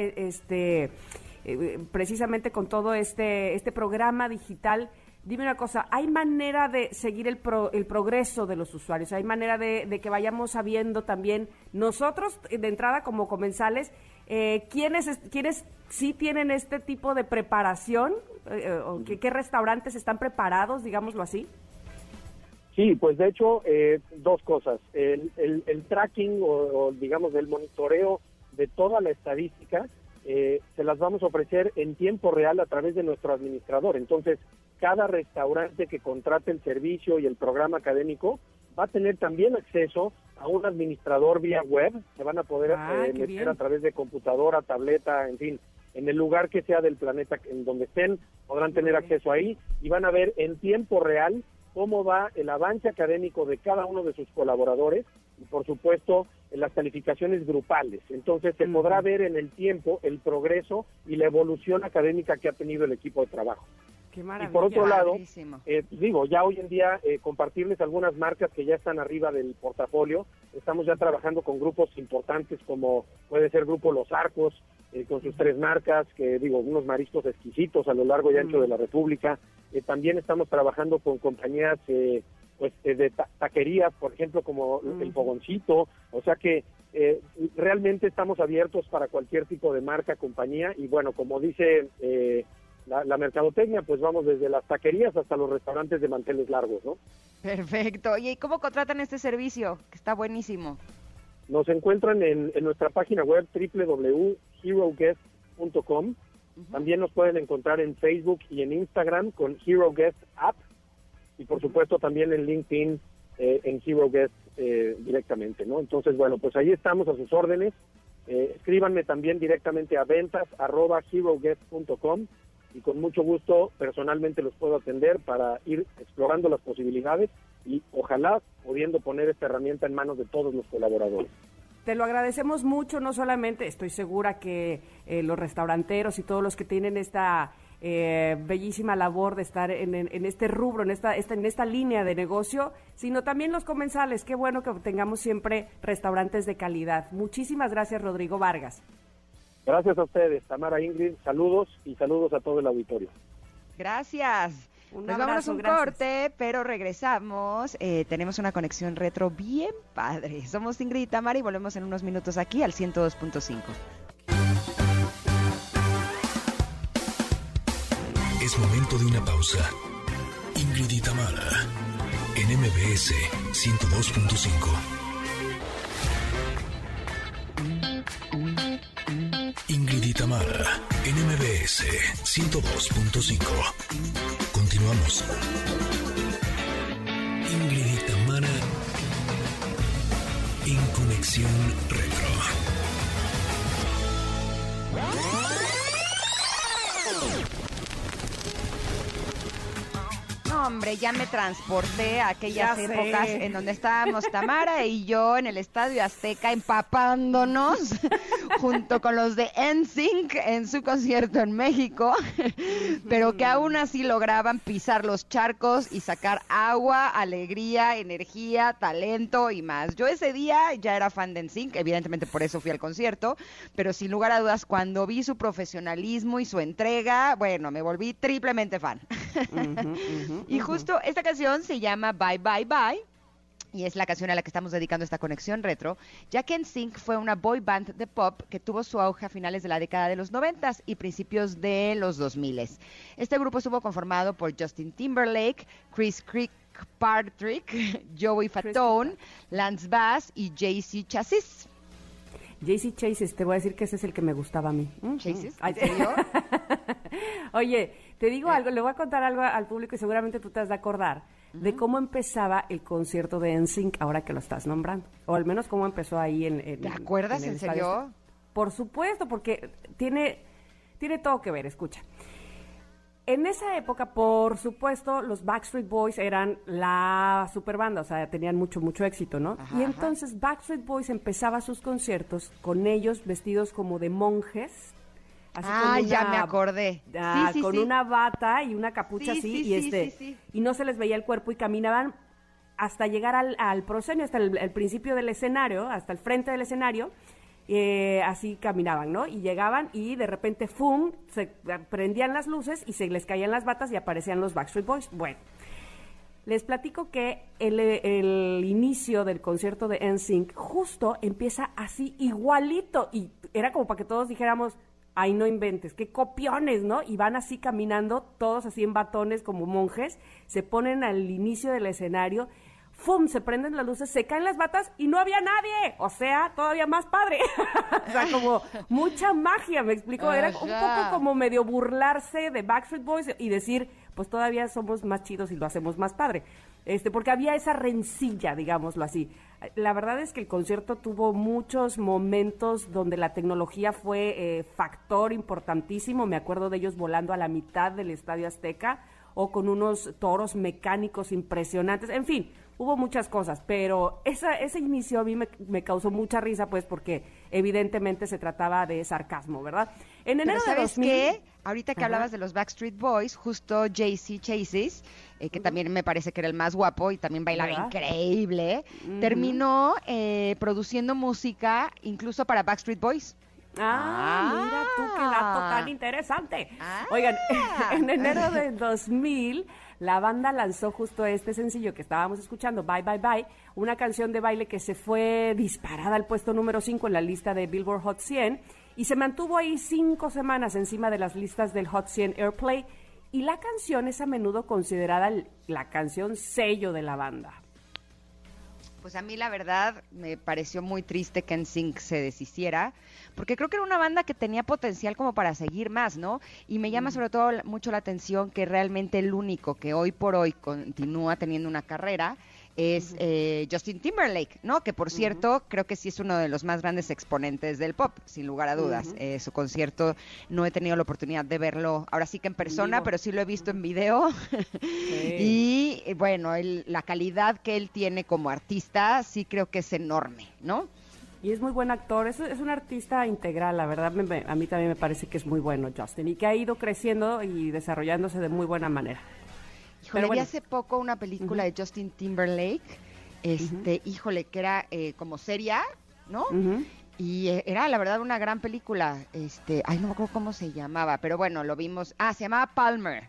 [SPEAKER 2] precisamente con todo este programa digital, dime una cosa, ¿hay manera de seguir el progreso de los usuarios? ¿Hay manera de que vayamos sabiendo también nosotros, de entrada como comensales, quiénes sí tienen este tipo de preparación? ¿Qué restaurantes están preparados, digámoslo así?
[SPEAKER 4] Sí, pues de hecho, 2 cosas. El tracking o digamos el monitoreo de toda la estadística se las vamos a ofrecer en tiempo real a través de nuestro administrador. Entonces, cada restaurante que contrate el servicio y el programa académico va a tener también acceso a un administrador vía web. Se van a poder meter a través de computadora, tableta, en fin, en el lugar que sea del planeta en donde estén, podrán tener acceso ahí y van a ver en tiempo real cómo va el avance académico de cada uno de sus colaboradores y, por supuesto, las calificaciones grupales. Entonces, se podrá ver en el tiempo el progreso y la evolución académica que ha tenido el equipo de trabajo.
[SPEAKER 2] Qué maravilla.
[SPEAKER 4] Y por otro lado, ya hoy en día compartirles algunas marcas que ya están arriba del portafolio. Estamos ya trabajando con grupos importantes como puede ser Grupo Los Arcos, con sus 3 marcas, unos mariscos exquisitos a lo largo y ancho de la República. También estamos trabajando con compañías de taquerías, por ejemplo, como El Fogoncito. O sea que realmente estamos abiertos para cualquier tipo de marca, compañía. Y bueno, como dice la mercadotecnia, pues vamos desde las taquerías hasta los restaurantes de manteles largos, ¿no?
[SPEAKER 3] Perfecto. Oye, ¿y cómo contratan este servicio? Que está buenísimo.
[SPEAKER 4] Nos encuentran en nuestra página web www.heroguest.com. También nos pueden encontrar en Facebook y en Instagram con Hero Guest App y por supuesto también en LinkedIn en Hero Guest directamente, ¿no? Entonces, bueno, pues ahí estamos a sus órdenes. Escríbanme también directamente a ventas@heroguest.com y con mucho gusto personalmente los puedo atender para ir explorando las posibilidades y ojalá pudiendo poner esta herramienta en manos de todos los colaboradores.
[SPEAKER 2] Te lo agradecemos mucho, no solamente estoy segura que los restauranteros y todos los que tienen esta bellísima labor de estar en este rubro, en esta línea de negocio, sino también los comensales. Qué bueno que tengamos siempre restaurantes de calidad. Muchísimas gracias, Rodrigo Vargas.
[SPEAKER 4] Gracias a ustedes, Tamara, Ingrid, saludos y saludos a todo el auditorio.
[SPEAKER 3] Gracias. Nos vamos a un corte, pero regresamos. Tenemos una conexión retro bien padre. Somos Ingrid y Tamara y volvemos en unos minutos aquí al 102.5.
[SPEAKER 1] Es momento de una pausa. Ingrid y Tamara en MBS 102.5. Ingrid y Tamara en MBS 102.5. Continuamos. Ingrid y Tamara en Conexión Retro.
[SPEAKER 3] No, hombre, ya me transporté a aquellas épocas en donde estábamos Tamara y yo en el Estadio Azteca empapándonos junto con los de NSYNC en su concierto en México, pero que aún así lograban pisar los charcos y sacar agua, alegría, energía, talento y más. Yo ese día ya era fan de NSYNC, evidentemente por eso fui al concierto, pero sin lugar a dudas, cuando vi su profesionalismo y su entrega, bueno, me volví triplemente fan. Y justo esta canción se llama Bye Bye Bye, y es la canción a la que estamos dedicando esta conexión retro, ya que NSYNC fue una boy band de pop que tuvo su auge a finales de la década de los 90s y principios de los 2000s. Este grupo estuvo conformado por Justin Timberlake, Chris Kirkpatrick, Joey Fatone, Lance Bass y JC Chassis.
[SPEAKER 2] JC Chassis, te voy a decir que ese es el que me gustaba a mí.
[SPEAKER 3] ¿Chassis? ¿En serio?
[SPEAKER 2] Oye, te digo algo, le voy a contar algo al público y seguramente tú te has de acordar de cómo empezaba el concierto de NSYNC ahora que lo estás nombrando. O al menos cómo empezó ahí en
[SPEAKER 3] ¿Te acuerdas, en serio?
[SPEAKER 2] Por supuesto, porque tiene todo que ver, escucha. En esa época, por supuesto, los Backstreet Boys eran la super banda, o sea, tenían mucho éxito, ¿no?
[SPEAKER 3] Ajá,
[SPEAKER 2] y entonces Backstreet Boys empezaba sus conciertos con ellos vestidos como de monjes.
[SPEAKER 3] Así ya me acordé.
[SPEAKER 2] Con una bata y una capucha así, y no se les veía el cuerpo y caminaban hasta llegar al proscenio, hasta el principio del escenario, hasta el frente del escenario. Así caminaban, ¿no? Y llegaban y de repente, ¡fum!, se prendían las luces y se les caían las batas y aparecían los Backstreet Boys. Bueno, les platico que el inicio del concierto de NSYNC justo empieza así igualito y era como para que todos dijéramos, ay, no inventes, qué copiones, ¿no? Y van así caminando, todos así en batones como monjes, se ponen al inicio del escenario, ¡fum!, se prenden las luces, se caen las batas y no había nadie, o sea, todavía más padre. O sea, como mucha magia, me explico, era un poco como medio burlarse de Backstreet Boys y decir, pues todavía somos más chidos y lo hacemos más padre. Porque había esa rencilla, digámoslo así. La verdad es que el concierto tuvo muchos momentos donde la tecnología fue factor importantísimo. Me acuerdo de ellos volando a la mitad del Estadio Azteca o con unos toros mecánicos impresionantes. En fin, hubo muchas cosas, pero ese inicio a mí me causó mucha risa, pues, porque evidentemente se trataba de sarcasmo, ¿verdad? En enero
[SPEAKER 3] pero ¿sabes
[SPEAKER 2] de 2000...
[SPEAKER 3] qué? Ahorita que hablabas de los Backstreet Boys, justo JC Chassis, que también me parece que era el más guapo y también bailaba increíble, terminó produciendo música incluso para Backstreet Boys.
[SPEAKER 2] Mira tú, qué dato tan interesante. Oigan, en enero de 2000, la banda lanzó justo este sencillo que estábamos escuchando, Bye Bye Bye, una canción de baile que se fue disparada al puesto número 5 en la lista de Billboard Hot 100 y se mantuvo ahí 5 semanas encima de las listas del Hot 100 Airplay, y la canción es a menudo considerada la canción sello de la banda.
[SPEAKER 3] Pues a mí la verdad me pareció muy triste que NSYNC se deshiciera, porque creo que era una banda que tenía potencial como para seguir más, ¿no? Y me llama sobre todo mucho la atención que realmente el único que hoy por hoy continúa teniendo una carrera es Justin Timberlake, ¿no? Que por cierto, creo que sí es uno de los más grandes exponentes del pop, sin lugar a dudas. Su concierto no he tenido la oportunidad de verlo ahora sí que en persona, pero sí lo he visto en video. Y bueno, la calidad que él tiene como artista sí creo que es enorme, ¿no?
[SPEAKER 2] Y es muy buen actor, es un artista integral, la verdad, a mí también me parece que es muy bueno Justin, y que ha ido creciendo y desarrollándose de muy buena manera.
[SPEAKER 3] Híjole, vi hace poco una película de Justin Timberlake, híjole, que era como seria, ¿no? Y era, la verdad, una gran película. Ay, no me acuerdo cómo se llamaba, pero bueno, lo vimos. Se llamaba Palmer.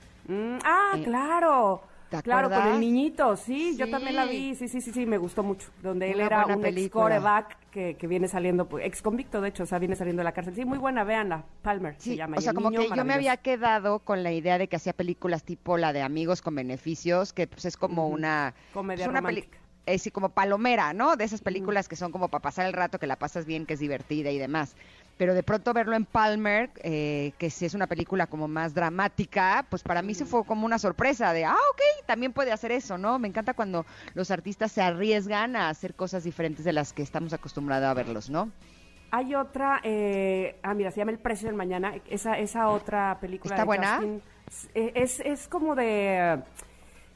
[SPEAKER 2] Claro. Claro, con el niñito,
[SPEAKER 3] sí,
[SPEAKER 2] yo también la vi, sí, me gustó mucho. Donde él era un ex-quarterback que viene saliendo, ex-convicto, de hecho, o sea, viene saliendo de la cárcel. Sí, muy buena, véanla, Palmer se llama.
[SPEAKER 3] O sea, como que yo me había quedado con la idea de que hacía películas tipo la de Amigos con Beneficios, que pues es como una...
[SPEAKER 2] comedia romántica.
[SPEAKER 3] Sí, como palomera, ¿no? De esas películas que son como para pasar el rato, que la pasas bien, que es divertida y demás. Pero de pronto verlo en Palmer, que sí es una película como más dramática, pues para mí se fue como una sorpresa de, ok, también puede hacer eso, ¿no? Me encanta cuando los artistas se arriesgan a hacer cosas diferentes de las que estamos acostumbrados a verlos, ¿no?
[SPEAKER 2] Hay otra, mira, se llama El Precio del Mañana, esa otra película.
[SPEAKER 3] ¿Está
[SPEAKER 2] de
[SPEAKER 3] buena?
[SPEAKER 2] Justin, es como de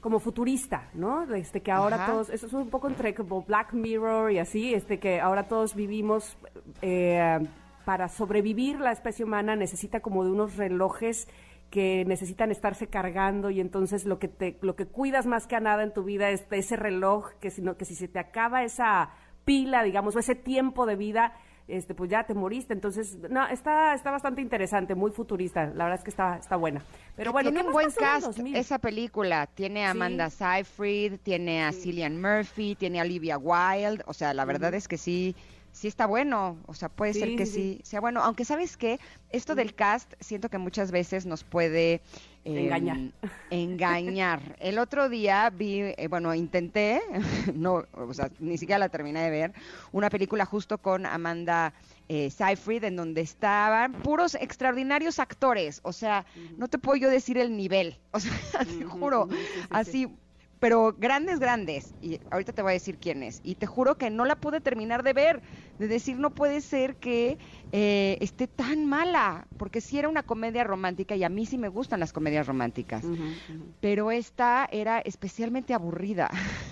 [SPEAKER 2] como futurista, ¿no? Que ahora
[SPEAKER 3] Ajá.
[SPEAKER 2] todos, eso es un poco entre como Black Mirror y así, que ahora todos vivimos, para sobrevivir la especie humana necesita como de unos relojes que necesitan estarse cargando, y entonces lo que cuidas más que a nada en tu vida es ese reloj, que si se te acaba esa pila, digamos, o ese tiempo de vida, pues ya te moriste. Entonces, no, está bastante interesante, muy futurista. La verdad es que está buena. Pero bueno,
[SPEAKER 3] tiene
[SPEAKER 2] ¿qué
[SPEAKER 3] un
[SPEAKER 2] más
[SPEAKER 3] buen
[SPEAKER 2] pasó en el
[SPEAKER 3] cast
[SPEAKER 2] 2000?
[SPEAKER 3] esa película. Tiene a Amanda Seyfried, tiene a Cillian Murphy, tiene a Olivia Wilde. O sea, la verdad es que sí está bueno. O sea, puede ser que sí sea bueno. Aunque, ¿sabes qué? Esto del cast siento que muchas veces nos puede engañar. El otro día vi, intenté, no, o sea, ni siquiera la terminé de ver, una película justo con Amanda Seyfried, en donde estaban puros extraordinarios actores. O sea, no te puedo yo decir el nivel. O sea, te juro, así... pero grandes, y ahorita te voy a decir quién es, y te juro que no la pude terminar de ver, de decir, no puede ser que esté tan mala, porque sí era una comedia romántica, y a mí sí me gustan las comedias románticas, pero esta era especialmente aburrida.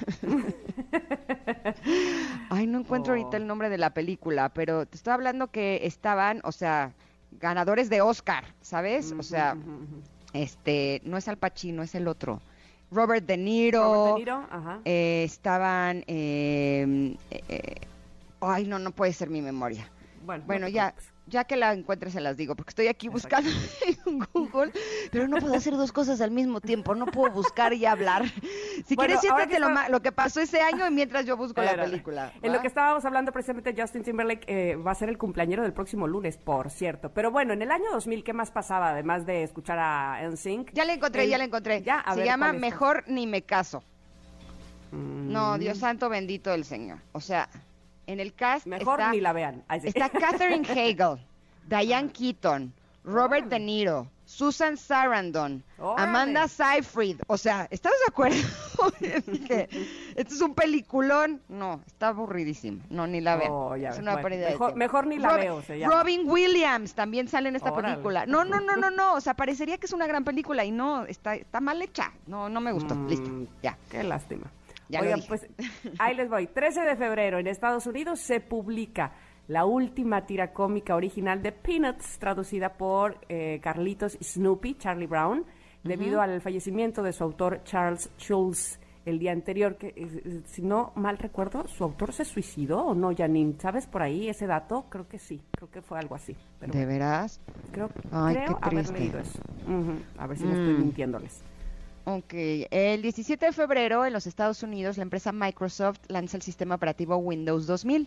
[SPEAKER 3] Ay, no encuentro ahorita el nombre de la película, pero te estoy hablando que estaban, o sea, ganadores de Oscar, ¿sabes? O sea, no es Al Pacino, es el otro. Robert De Niro,
[SPEAKER 2] ajá.
[SPEAKER 3] Estaban, ay, no puede ser mi memoria. Bueno, ya que la encuentre se las digo, porque estoy aquí buscando en Google, pero no puedo hacer dos cosas al mismo tiempo, no puedo buscar y hablar. Si quieres, siéntate lo que pasó ese año y mientras yo busco la película.
[SPEAKER 2] En lo que estábamos hablando precisamente, Justin Timberlake va a ser el cumpleañero del próximo lunes, por cierto. Pero bueno, en el año 2000, ¿qué más pasaba, además de escuchar a NSYNC?
[SPEAKER 3] Ya la encontré. Se llama Mejor Ni Me Caso. No, Dios santo bendito del Señor. O sea... En el cast
[SPEAKER 2] mejor ni la vean.
[SPEAKER 3] Está Katherine Heigl, Diane Keaton, Robert De Niro, Susan Sarandon, Amanda Seyfried. O sea, ¿estás de acuerdo? Dije, esto es un peliculón. No, está aburridísimo. No, ni la vean. Es una pérdida de tiempo.
[SPEAKER 2] Mejor ni la veo, se llama.
[SPEAKER 3] Robin Williams también sale en esta película. No. O sea, parecería que es una gran película y no, está mal hecha. No me gustó. Listo, ya.
[SPEAKER 2] Qué lástima.
[SPEAKER 3] Ya
[SPEAKER 2] Oigan, pues ahí les voy. 13 de febrero en Estados Unidos se publica la última tira cómica original de Peanuts, traducida por Carlitos Snoopy, Charlie Brown, debido al fallecimiento de su autor Charles Schulz el día anterior, que si no mal recuerdo, su autor se suicidó, ¿o no, Janine? ¿Sabes por ahí ese dato? Creo que sí, creo que fue algo así. Pero
[SPEAKER 3] ¿de veras?
[SPEAKER 2] Creo
[SPEAKER 3] qué
[SPEAKER 2] haber leído eso. A ver si no estoy mintiéndoles.
[SPEAKER 3] Ok, el 17 de febrero en los Estados Unidos la empresa Microsoft lanza el sistema operativo Windows 2000.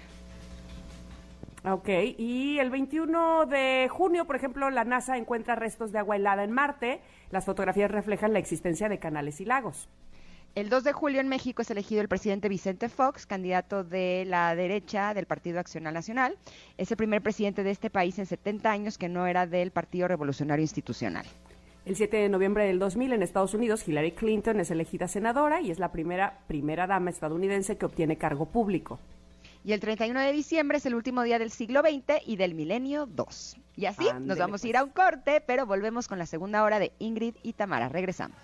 [SPEAKER 2] Ok, y el 21 de junio, por ejemplo, la NASA encuentra restos de agua helada en Marte. Las fotografías reflejan la existencia de canales y lagos.
[SPEAKER 3] El 2 de julio en México es elegido el presidente Vicente Fox, candidato de la derecha del Partido Acción Nacional. Es el primer presidente de este país en 70 años que no era del Partido Revolucionario Institucional.
[SPEAKER 2] El 7 de noviembre del 2000 en Estados Unidos, Hillary Clinton es elegida senadora y es la primera dama estadounidense que obtiene cargo público.
[SPEAKER 3] Y el 31 de diciembre es el último día del siglo XX y del milenio 2. Y así nos vamos a ir a un corte, pero volvemos con la segunda hora de Ingrid y Tamara. Regresamos.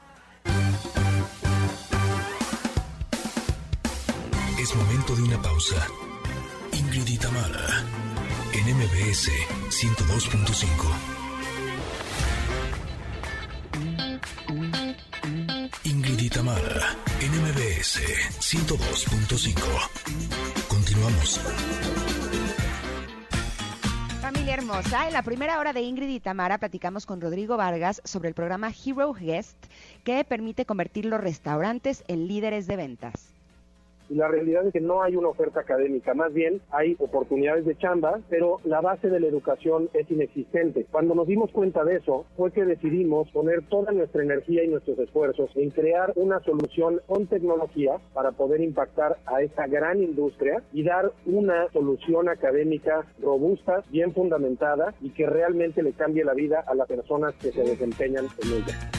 [SPEAKER 1] Es momento de una pausa. Ingrid y Tamara, en MBS 102.5. Ingrid y Tamara, en MBS 102.5. Continuamos.
[SPEAKER 3] Familia hermosa, en la primera hora de Ingrid y Tamara platicamos con Rodrigo Vargas sobre el programa Hero Guest, que permite convertir los restaurantes en líderes de ventas.
[SPEAKER 4] Y la realidad es que no hay una oferta académica, más bien hay oportunidades de chamba, pero la base de la educación es inexistente. Cuando nos dimos cuenta de eso, fue que decidimos poner toda nuestra energía y nuestros esfuerzos en crear una solución con tecnología para poder impactar a esta gran industria y dar una solución académica robusta, bien fundamentada y que realmente le cambie la vida a las personas que se desempeñan en ella.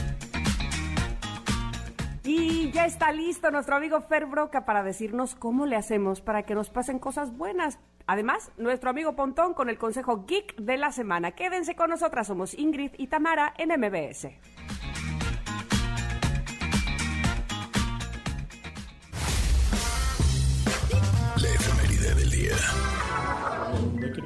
[SPEAKER 2] Y ya está listo nuestro amigo Fer Broca para decirnos cómo le hacemos para que nos pasen cosas buenas. Además, nuestro amigo Pontón con el consejo Geek de la semana. Quédense con nosotras, somos Ingrid y Tamara en MBS.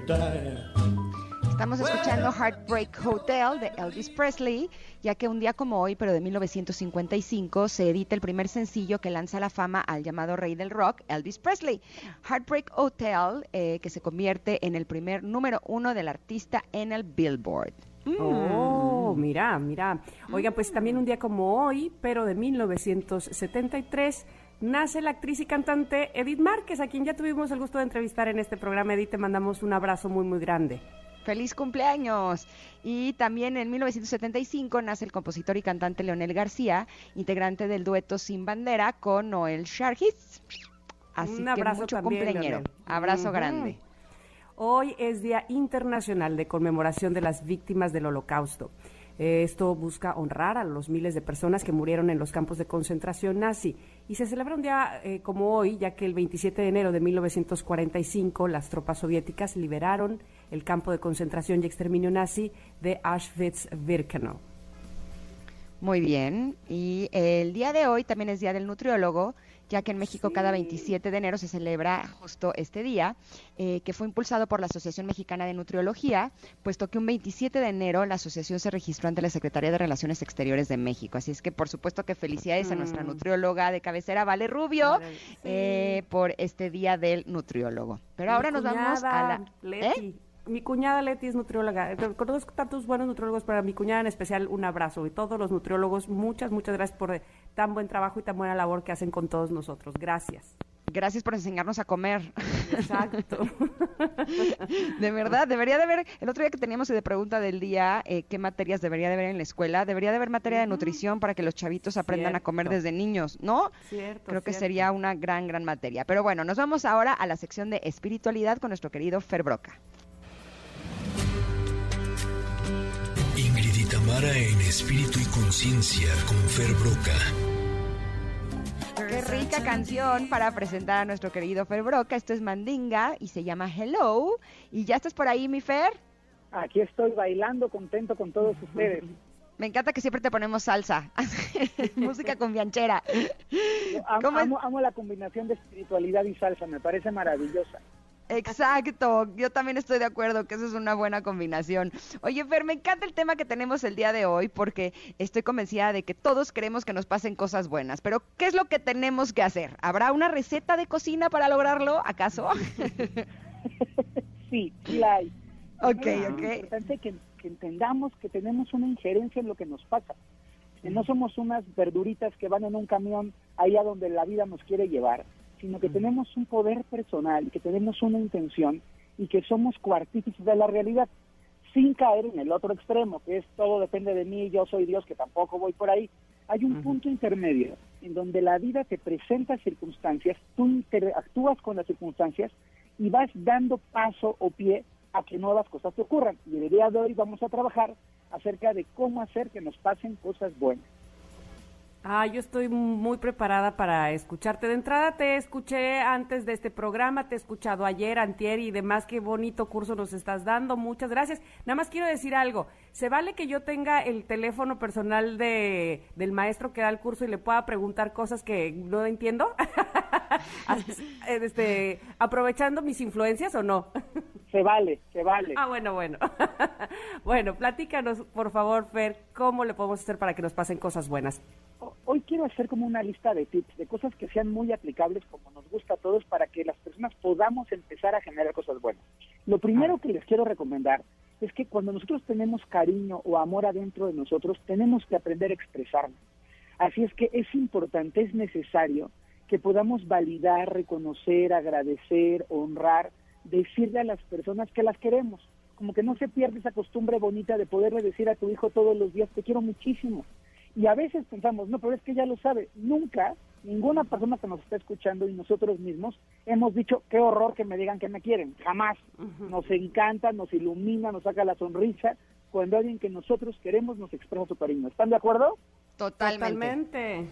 [SPEAKER 3] Estamos escuchando Heartbreak Hotel de Elvis Presley, ya que un día como hoy, pero de 1955, se edita el primer sencillo que lanza a la fama al llamado rey del rock, Elvis Presley. Heartbreak Hotel, que se convierte en el primer número 1 del artista en el Billboard.
[SPEAKER 2] Oh, mira. Oigan, pues también un día como hoy, pero de 1973, nace la actriz y cantante Edith Márquez, a quien ya tuvimos el gusto de entrevistar en este programa. Edith, te mandamos un abrazo muy, muy grande.
[SPEAKER 3] ¡Feliz cumpleaños! Y también en 1975 nace el compositor y cantante Leonel García, integrante del dueto Sin Bandera con Noel Shargis. Así
[SPEAKER 2] Un abrazo
[SPEAKER 3] que mucho
[SPEAKER 2] también,
[SPEAKER 3] cumpleañero.
[SPEAKER 2] Leonel.
[SPEAKER 3] Abrazo grande.
[SPEAKER 2] Hoy es Día Internacional de Conmemoración de las Víctimas del Holocausto. Esto busca honrar a los miles de personas que murieron en los campos de concentración nazi. Y se celebra un día como hoy, ya que el 27 de enero de 1945 las tropas soviéticas liberaron el campo de concentración y exterminio nazi de Auschwitz-Birkenau.
[SPEAKER 3] Muy bien. Y el día de hoy también es Día del Nutriólogo, ya que en México cada 27 de enero se celebra justo este día, que fue impulsado por la Asociación Mexicana de Nutriología, puesto que un 27 de enero la asociación se registró ante la Secretaría de Relaciones Exteriores de México. Así es que, por supuesto, que felicidades a nuestra nutrióloga de cabecera, Vale Rubio, por este Día del Nutriólogo. Pero ahora nos vamos a la...
[SPEAKER 2] Leti. Mi cuñada Leti es nutrióloga. Conozco tantos buenos nutriólogos, pero a mi cuñada en especial un abrazo. Y todos los nutriólogos, muchas gracias por tan buen trabajo y tan buena labor que hacen con todos nosotros. Gracias.
[SPEAKER 3] Gracias por enseñarnos a comer.
[SPEAKER 2] Exacto.
[SPEAKER 3] De verdad, debería de haber, el otro día que teníamos de pregunta del día, qué materias debería de haber en la escuela, debería de haber materia de nutrición para que los chavitos aprendan a comer desde niños, ¿no? Creo que sería una gran materia. Pero bueno, nos vamos ahora a la sección de espiritualidad con nuestro querido Fer Broca.
[SPEAKER 1] Ingrid y Tamara en Espíritu y Conciencia con Fer Broca.
[SPEAKER 3] Qué rica canción para presentar a nuestro querido Fer Broca. Esto es Mandinga y se llama Hello. ¿Y ya estás por ahí, mi Fer?
[SPEAKER 5] Aquí estoy bailando contento con todos ustedes.
[SPEAKER 3] Me encanta que siempre te ponemos salsa, música con bianchera.
[SPEAKER 5] Amo la combinación de espiritualidad y salsa, me parece maravillosa.
[SPEAKER 3] Exacto, yo también estoy de acuerdo que eso es una buena combinación. Oye, Fer, me encanta el tema que tenemos el día de hoy porque estoy convencida de que todos queremos que nos pasen cosas buenas, pero ¿qué es lo que tenemos que hacer? ¿Habrá una receta de cocina para lograrlo, acaso?
[SPEAKER 5] Sí la hay.
[SPEAKER 3] Ok.
[SPEAKER 5] Es importante que entendamos que tenemos una injerencia en lo que nos pasa, que no somos unas verduritas que van en un camión allá donde la vida nos quiere llevar, sino que tenemos un poder personal, que tenemos una intención y que somos coartífices de la realidad, sin caer en el otro extremo, que es todo depende de mí, yo soy Dios, que tampoco voy por ahí. Hay un punto intermedio en donde la vida te presenta circunstancias, tú interactúas con las circunstancias y vas dando paso o pie a que nuevas cosas te ocurran. Y el día de hoy vamos a trabajar acerca de cómo hacer que nos pasen cosas buenas.
[SPEAKER 2] Yo estoy muy preparada para escucharte. De entrada te escuché antes de este programa, te he escuchado ayer, antier y demás. Qué bonito curso nos estás dando. Muchas gracias. Nada más quiero decir algo. ¿Se vale que yo tenga el teléfono personal del maestro que da el curso y le pueda preguntar cosas que no entiendo? ¿Aprovechando mis influencias o no?
[SPEAKER 5] Se vale.
[SPEAKER 2] Bueno. Bueno, platícanos, por favor, Fer, ¿cómo le podemos hacer para que nos pasen cosas buenas?
[SPEAKER 5] Hoy quiero hacer como una lista de tips, de cosas que sean muy aplicables como nos gusta a todos para que las personas podamos empezar a generar cosas buenas. Lo primero que les quiero recomendar es que cuando nosotros tenemos cariño o amor adentro de nosotros, tenemos que aprender a expresarnos. Así es que es importante, es necesario que podamos validar, reconocer, agradecer, honrar, decirle a las personas que las queremos. Como que no se pierda esa costumbre bonita de poderle decir a tu hijo todos los días, te quiero muchísimo. Y a veces pensamos, no, pero es que ya lo sabe. Nunca, ninguna persona que nos está escuchando y nosotros mismos hemos dicho, qué horror que me digan que me quieren. Jamás. Nos encanta, nos ilumina, nos saca la sonrisa cuando alguien que nosotros queremos nos expresa su cariño. ¿Están de acuerdo?
[SPEAKER 2] Totalmente.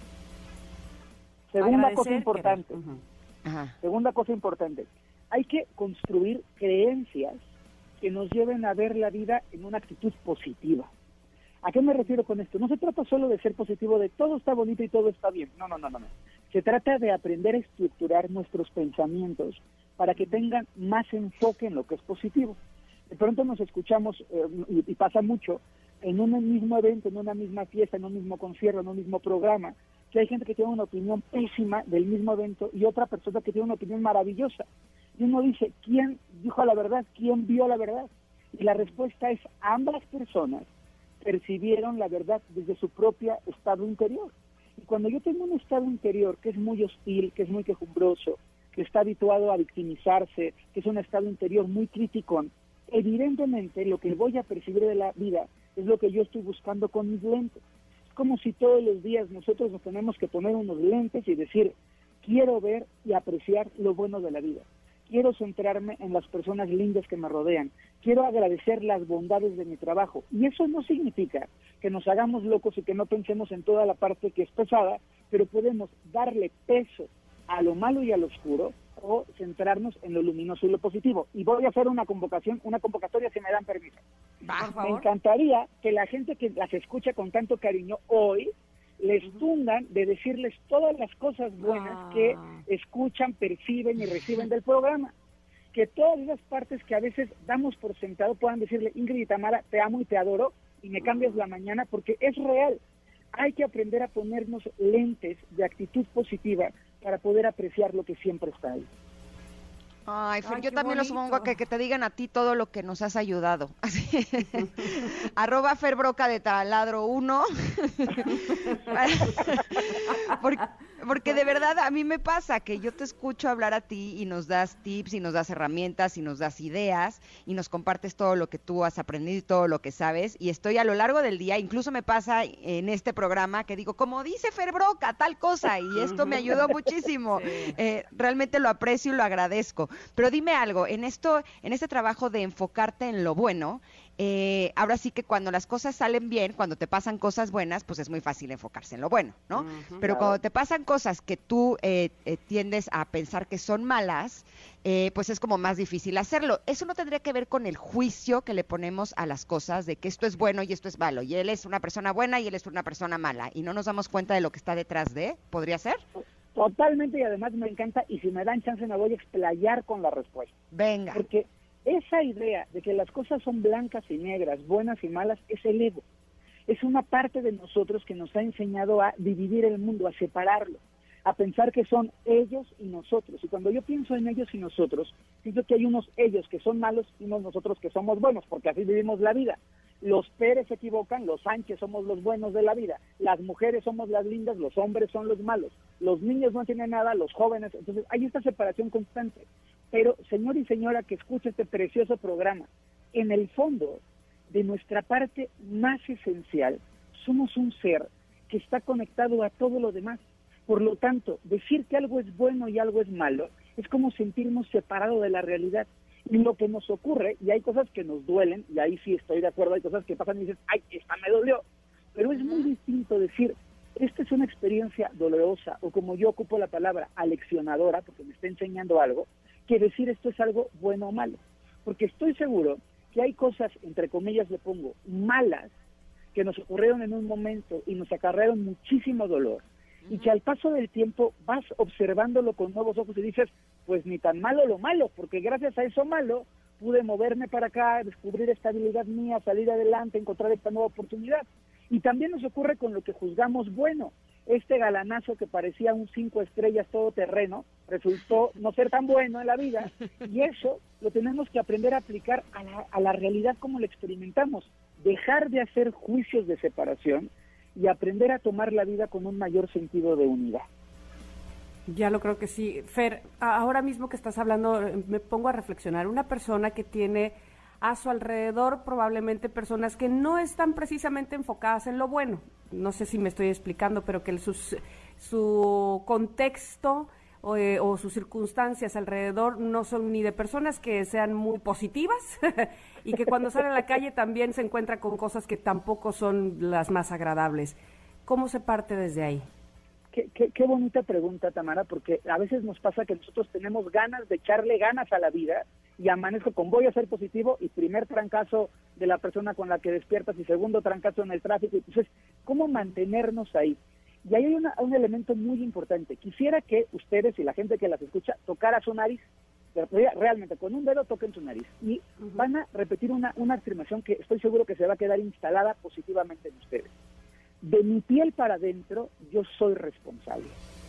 [SPEAKER 5] Segunda cosa importante. Segunda cosa importante. Hay que construir creencias que nos lleven a ver la vida en una actitud positiva. ¿A qué me refiero con esto? No se trata solo de ser positivo, de todo está bonito y todo está bien. No. Se trata de aprender a estructurar nuestros pensamientos para que tengan más enfoque en lo que es positivo. De pronto nos escuchamos, y pasa mucho, en un mismo evento, en una misma fiesta, en un mismo concierto, en un mismo programa, que hay gente que tiene una opinión pésima del mismo evento y otra persona que tiene una opinión maravillosa. Y uno dice, ¿quién dijo la verdad? ¿Quién vio la verdad? Y la respuesta es, ambas personas percibieron la verdad desde su propio estado interior. Y cuando yo tengo un estado interior que es muy hostil, que es muy quejumbroso, que está habituado a victimizarse, que es un estado interior muy crítico, evidentemente lo que voy a percibir de la vida es lo que yo estoy buscando con mis lentes. Es como si todos los días nosotros nos tenemos que poner unos lentes y decir, quiero ver y apreciar lo bueno de la vida. Quiero centrarme en las personas lindas que me rodean. Quiero agradecer las bondades de mi trabajo. Y eso no significa que nos hagamos locos y que no pensemos en toda la parte que es pesada, pero podemos darle peso a lo malo y a lo oscuro o centrarnos en lo luminoso y lo positivo. Y voy a hacer una convocatoria si me dan permiso. Me encantaría que la gente que las escucha con tanto cariño hoy les tundan de decirles todas las cosas buenas que escuchan, perciben y reciben del programa. Que todas esas partes que a veces damos por sentado puedan decirle, Ingrid y Tamara, te amo y te adoro y me cambias la mañana, porque es real. Hay que aprender a ponernos lentes de actitud positiva para poder apreciar lo que siempre está ahí.
[SPEAKER 3] Ay, Fer, yo también lo supongo a que te digan a ti todo lo que nos has ayudado. Así. @FerBroca de Taladro 1. porque de verdad a mí me pasa que yo te escucho hablar a ti y nos das tips y nos das herramientas y nos das ideas y nos compartes todo lo que tú has aprendido y todo lo que sabes, y estoy a lo largo del día, incluso me pasa en este programa que digo, como dice Fer Broca, tal cosa, y esto me ayudó muchísimo. Sí. Realmente lo aprecio y lo agradezco. Pero dime algo, en este trabajo de enfocarte en lo bueno, ahora sí que cuando las cosas salen bien, cuando te pasan cosas buenas, pues es muy fácil enfocarse en lo bueno, ¿no? Pero cuando te pasan cosas que tú tiendes a pensar que son malas, pues es como más difícil hacerlo. Eso no tendría que ver con el juicio que le ponemos a las cosas de que esto es bueno y esto es malo, y él es una persona buena y él es una persona mala, y no nos damos cuenta de lo que está detrás de, ¿podría ser?
[SPEAKER 5] Totalmente, y además me encanta, y si me dan chance me voy a explayar con la respuesta.
[SPEAKER 3] Venga.
[SPEAKER 5] Porque esa idea de que las cosas son blancas y negras, buenas y malas, es el ego. Es una parte de nosotros que nos ha enseñado a dividir el mundo, a separarlo, a pensar que son ellos y nosotros. Y cuando yo pienso en ellos y nosotros, pienso que hay unos ellos que son malos y unos nosotros que somos buenos, porque así vivimos la vida. Los Pérez se equivocan, los Sánchez somos los buenos de la vida, las mujeres somos las lindas, los hombres son los malos, los niños no tienen nada, los jóvenes. Entonces hay esta separación constante. Pero, señor y señora que escucha este precioso programa, en el fondo de nuestra parte más esencial, somos un ser que está conectado a todo lo demás. Por lo tanto, decir que algo es bueno y algo es malo es como sentirnos separados de la realidad. Y lo que nos ocurre, y hay cosas que nos duelen, y ahí sí estoy de acuerdo, hay cosas que pasan y dices, ay, esta me dolió, pero es muy distinto decir, esta es una experiencia dolorosa, o como yo ocupo la palabra, aleccionadora, porque me está enseñando algo, que decir esto es algo bueno o malo. Porque estoy seguro que hay cosas, entre comillas le pongo, malas, que nos ocurrieron en un momento y nos acarrearon muchísimo dolor, y que al paso del tiempo vas observándolo con nuevos ojos y dices, pues ni tan malo lo malo, porque gracias a eso malo pude moverme para acá, descubrir esta habilidad mía, salir adelante, encontrar esta nueva oportunidad. Y también nos ocurre con lo que juzgamos bueno. Este galanazo que parecía un 5 estrellas todoterreno resultó no ser tan bueno en la vida, y eso lo tenemos que aprender a aplicar a la realidad como lo experimentamos, dejar de hacer juicios de separación y aprender a tomar la vida con un mayor sentido de unidad.
[SPEAKER 2] Ya lo creo que sí. Fer, ahora mismo que estás hablando, me pongo a reflexionar. Una persona que tiene a su alrededor probablemente personas que no están precisamente enfocadas en lo bueno. No sé si me estoy explicando, pero que su contexto o sus circunstancias alrededor no son ni de personas que sean muy positivas y que cuando sale a la calle también se encuentra con cosas que tampoco son las más agradables. ¿Cómo se parte desde ahí?
[SPEAKER 5] Qué bonita pregunta, Tamara, porque a veces nos pasa que nosotros tenemos ganas de echarle ganas a la vida y amanezco con voy a ser positivo y primer trancazo de la persona con la que despiertas y segundo trancazo en el tráfico. Entonces, ¿cómo mantenernos ahí? Y ahí hay un elemento muy importante. Quisiera que ustedes y la gente que las escucha tocara su nariz realmente con un dedo toquen su nariz y van a repetir una afirmación que estoy seguro que se va a quedar instalada positivamente en ustedes. De mi piel para adentro, yo soy responsable.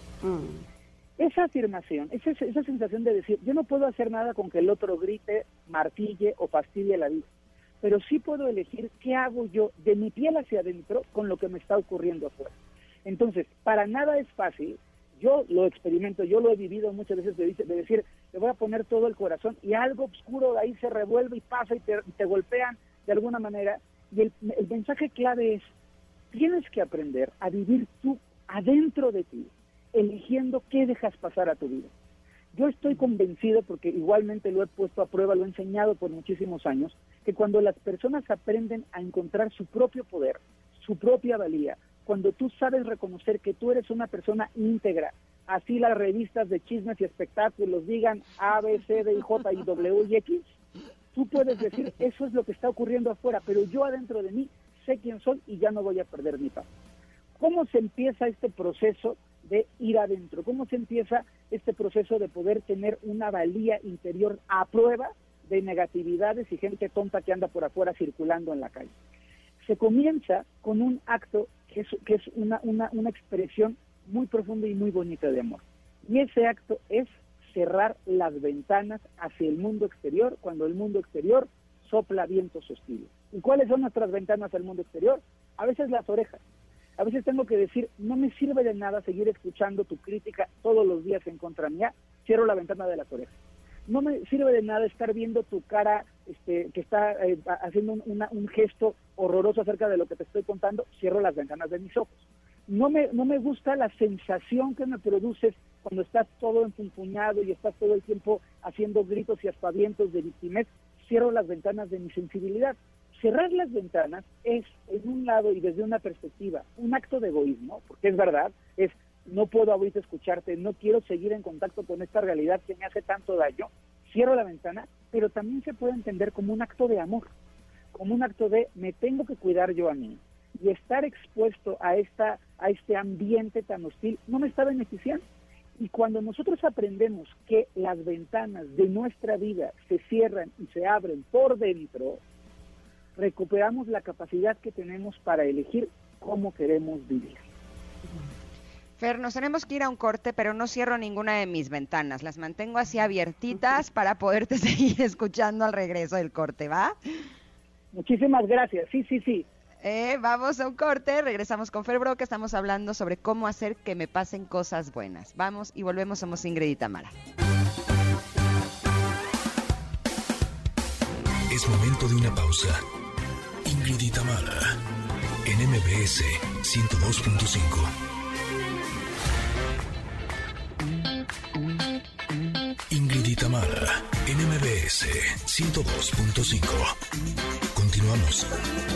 [SPEAKER 5] Esa afirmación, esa sensación de decir, yo no puedo hacer nada con que el otro grite, martille o fastidie la vida, pero sí puedo elegir qué hago yo de mi piel hacia adentro con lo que me está ocurriendo afuera. Entonces, para nada es fácil. Yo lo experimento, yo lo he vivido muchas veces de decir, te voy a poner todo el corazón y algo oscuro de ahí se revuelve y pasa y te golpean de alguna manera. Y el mensaje clave es, tienes que aprender a vivir tú adentro de ti, eligiendo qué dejas pasar a tu vida. Yo estoy convencido, porque igualmente lo he puesto a prueba, lo he enseñado por muchísimos años, que cuando las personas aprenden a encontrar su propio poder, su propia valía, cuando tú sabes reconocer que tú eres una persona íntegra, así las revistas de chismes y espectáculos digan A, B, C, D, J, y W y X, tú puedes decir, eso es lo que está ocurriendo afuera, pero yo adentro de mí sé quién soy y ya no voy a perder mi paz. ¿Cómo se empieza este proceso de ir adentro? ¿Cómo se empieza este proceso de poder tener una valía interior a prueba de negatividades y gente tonta que anda por afuera circulando en la calle? Se comienza con un acto que es una expresión muy profunda y muy bonita de amor. Y ese acto es cerrar las ventanas hacia el mundo exterior cuando el mundo exterior sopla vientos hostiles. ¿Y cuáles son nuestras ventanas al mundo exterior? A veces las orejas. A veces tengo que decir, no me sirve de nada seguir escuchando tu crítica todos los días en contra mía, cierro la ventana de las orejas. No me sirve de nada estar viendo tu cara que está haciendo un gesto horroroso acerca de lo que te estoy contando, cierro las ventanas de mis ojos. No me gusta la sensación que me produces cuando estás todo empuñado y estás todo el tiempo haciendo gritos y aspavientos de victimez, cierro las ventanas de mi sensibilidad. Cerrar las ventanas es, en un lado y desde una perspectiva, un acto de egoísmo, porque es verdad, es no puedo ahorita escucharte, no quiero seguir en contacto con esta realidad que me hace tanto daño, cierro la ventana, pero también se puede entender como un acto de amor, como un acto de me tengo que cuidar yo a mí, y estar expuesto a este ambiente tan hostil no me está beneficiando. Y cuando nosotros aprendemos que las ventanas de nuestra vida se cierran y se abren por dentro, recuperamos la capacidad que tenemos para elegir cómo queremos vivir.
[SPEAKER 3] Fer, nos tenemos que ir a un corte, pero no cierro ninguna de mis ventanas. Las mantengo así abiertitas para poderte seguir escuchando al regreso del corte, ¿va?
[SPEAKER 5] Muchísimas gracias. Sí.
[SPEAKER 3] Vamos a un corte, regresamos con Fer Broca, estamos hablando sobre cómo hacer que me pasen cosas buenas. Vamos y volvemos, somos Ingrid y Tamara.
[SPEAKER 1] Es momento de una pausa. Ingrid y Tamara, en MBS 102.5. Ingrid y Tamara, en MBS 102.5. Continuamos.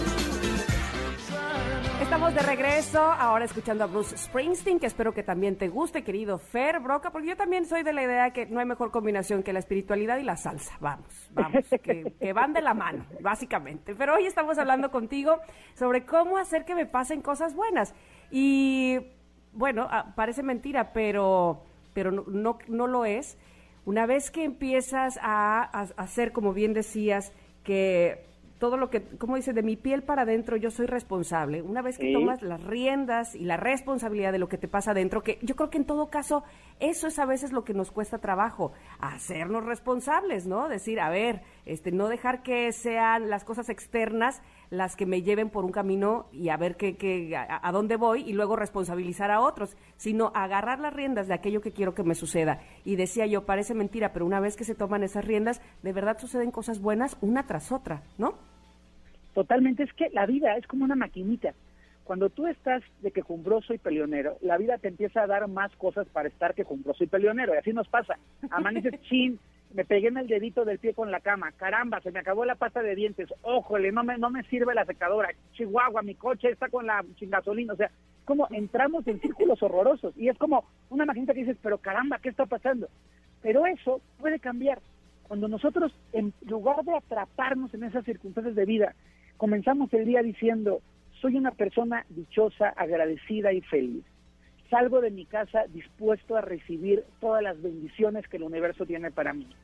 [SPEAKER 2] Estamos de regreso, ahora escuchando a Bruce Springsteen, que espero que también te guste, querido Fer Broca, porque yo también soy de la idea que no hay mejor combinación que la espiritualidad y la salsa. Vamos, que van de la mano, básicamente. Pero hoy estamos hablando contigo sobre cómo hacer que me pasen cosas buenas. Y, bueno, parece mentira, pero no lo es. Una vez que empiezas a hacer, como bien decías, que todo lo que, como dice, de mi piel para adentro, yo soy responsable. Una vez que tomas las riendas y la responsabilidad de lo que te pasa adentro, que yo creo que en todo caso, eso es a veces lo que nos cuesta trabajo, hacernos responsables, ¿no? Decir, a ver, no dejar que sean las cosas externas las que me lleven por un camino y a ver a dónde voy y luego responsabilizar a otros, sino agarrar las riendas de aquello que quiero que me suceda. Y decía yo, parece mentira, pero una vez que se toman esas riendas, de verdad suceden cosas buenas una tras otra, ¿no?
[SPEAKER 5] Totalmente, es que la vida es como una maquinita. Cuando tú estás de quejumbroso y peleonero, la vida te empieza a dar más cosas para estar quejumbroso y peleonero, y así nos pasa. Amaneces, chin, me pegué en el dedito del pie con la cama, caramba, se me acabó la pasta de dientes, ójole, no me sirve la secadora, chihuahua, mi coche está con la gasolina, o sea, como entramos en círculos horrorosos, y es como una maquinita que dices, pero caramba, ¿qué está pasando? Pero eso puede cambiar. Cuando nosotros, en lugar de atraparnos en esas circunstancias de vida, comenzamos el día diciendo, soy una persona dichosa, agradecida y feliz. Salgo de mi casa dispuesto a recibir todas las bendiciones que el universo tiene para mí.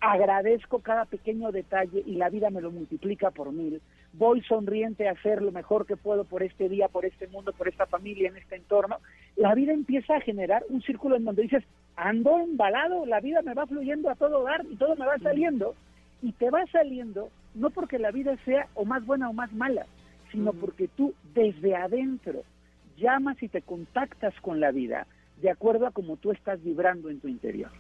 [SPEAKER 5] agradezco cada pequeño detalle y la vida me lo multiplica por 1000, voy sonriente a hacer lo mejor que puedo por este día, por este mundo, por esta familia, en este entorno, la vida empieza a generar un círculo en donde dices, ando embalado, la vida me va fluyendo a todo dar y todo me va saliendo, y te va saliendo no porque la vida sea o más buena o más mala, sino porque tú desde adentro llamas y te contactas con la vida de acuerdo a cómo tú estás vibrando en tu interior.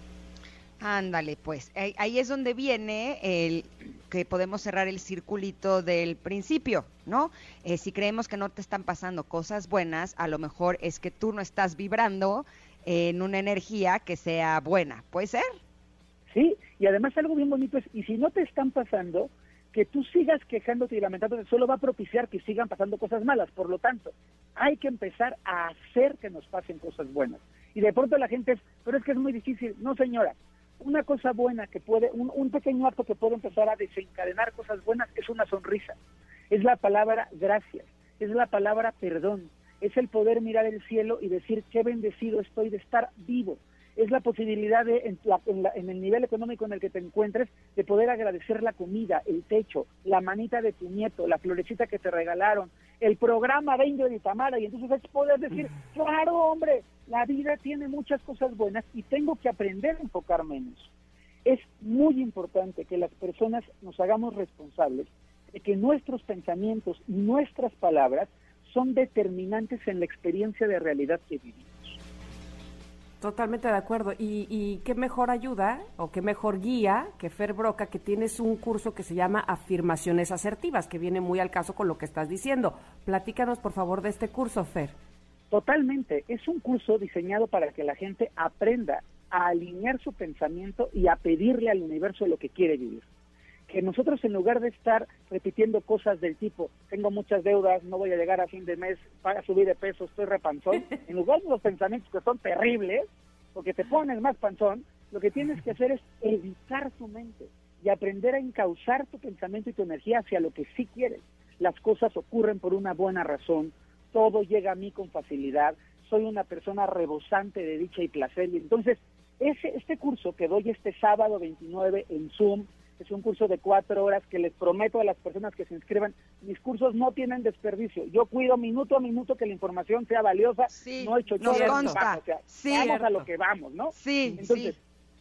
[SPEAKER 3] Ándale, pues, ahí es donde viene el que podemos cerrar el circulito del principio, ¿no? Si creemos que no te están pasando cosas buenas, a lo mejor es que tú no estás vibrando en una energía que sea buena, ¿puede ser?
[SPEAKER 5] Sí, y además algo bien bonito es, y si no te están pasando, que tú sigas quejándote y lamentándote solo va a propiciar que sigan pasando cosas malas. Por lo tanto, hay que empezar a hacer que nos pasen cosas buenas. Y de pronto la gente es, pero es que es muy difícil. No, señora, una cosa buena que puede, un pequeño acto que puede empezar a desencadenar cosas buenas es una sonrisa. Es la palabra gracias, es la palabra perdón, es el poder mirar el cielo y decir qué bendecido estoy de estar vivo. Es la posibilidad de, en el nivel económico en el que te encuentres, de poder agradecer la comida, el techo, la manita de tu nieto, la florecita que te regalaron, el programa de Ingrid y Tamara, y entonces es poder decir, claro, hombre, la vida tiene muchas cosas buenas y tengo que aprender a enfocarme en eso. Es muy importante que las personas nos hagamos responsables de que nuestros pensamientos y nuestras palabras son determinantes en la experiencia de realidad que vivimos.
[SPEAKER 2] Totalmente de acuerdo. Y qué mejor ayuda o qué mejor guía que Fer Broca, que tienes un curso que se llama Afirmaciones Asertivas, que viene muy al caso con lo que estás diciendo. Platícanos, por favor, de este curso, Fer.
[SPEAKER 5] Totalmente. Es un curso diseñado para que la gente aprenda a alinear su pensamiento y a pedirle al universo lo que quiere vivir. Que nosotros, en lugar de estar repitiendo cosas del tipo, tengo muchas deudas, no voy a llegar a fin de mes, para subir de peso, estoy repanzón, en lugar de los pensamientos que son terribles, porque te pones más panzón, lo que tienes que hacer es educar tu mente y aprender a encauzar tu pensamiento y tu energía hacia lo que sí quieres. Las cosas ocurren por una buena razón, todo llega a mí con facilidad, soy una persona rebosante de dicha y placer, y entonces este curso que doy este sábado 29 en Zoom, es un curso de 4 horas que les prometo a las personas que se inscriban, mis cursos no tienen desperdicio, yo cuido minuto a minuto que la información sea valiosa,
[SPEAKER 3] sí,
[SPEAKER 5] no he hecho
[SPEAKER 3] nos consta,
[SPEAKER 5] o sea,
[SPEAKER 3] sí,
[SPEAKER 5] vamos
[SPEAKER 3] cierto.
[SPEAKER 5] a lo que vamos, ¿no?
[SPEAKER 3] Sí,
[SPEAKER 5] entonces,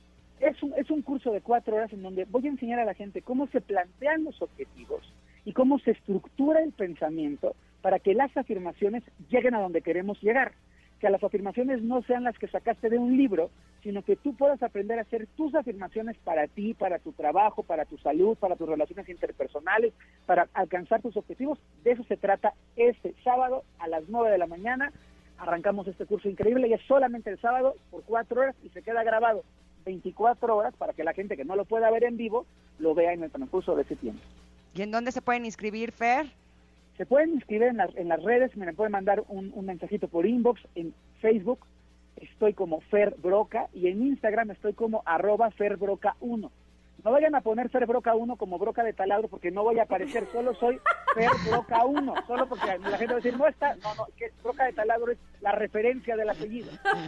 [SPEAKER 5] sí. Es un curso de 4 horas en donde voy a enseñar a la gente cómo se plantean los objetivos y cómo se estructura el pensamiento para que las afirmaciones lleguen a donde queremos llegar. Que las afirmaciones no sean las que sacaste de un libro, sino que tú puedas aprender a hacer tus afirmaciones para ti, para tu trabajo, para tu salud, para tus relaciones interpersonales, para alcanzar tus objetivos. De eso se trata este sábado a las 9 de la mañana. Arrancamos este curso increíble y es solamente el sábado por 4 horas y se queda grabado 24 horas para que la gente que no lo pueda ver en vivo lo vea en el transcurso de ese tiempo.
[SPEAKER 3] ¿Y en dónde se pueden inscribir, Fer?
[SPEAKER 5] Se pueden inscribir en las redes, me pueden mandar un mensajito por inbox, en Facebook estoy como Fer Broca y en Instagram estoy como @FerBroca1. No vayan a poner Fer Broca1 como Broca de Taladro porque no voy a aparecer, solo soy Fer Broca1, solo porque la gente va a decir, no, que Broca de Taladro es la referencia del apellido.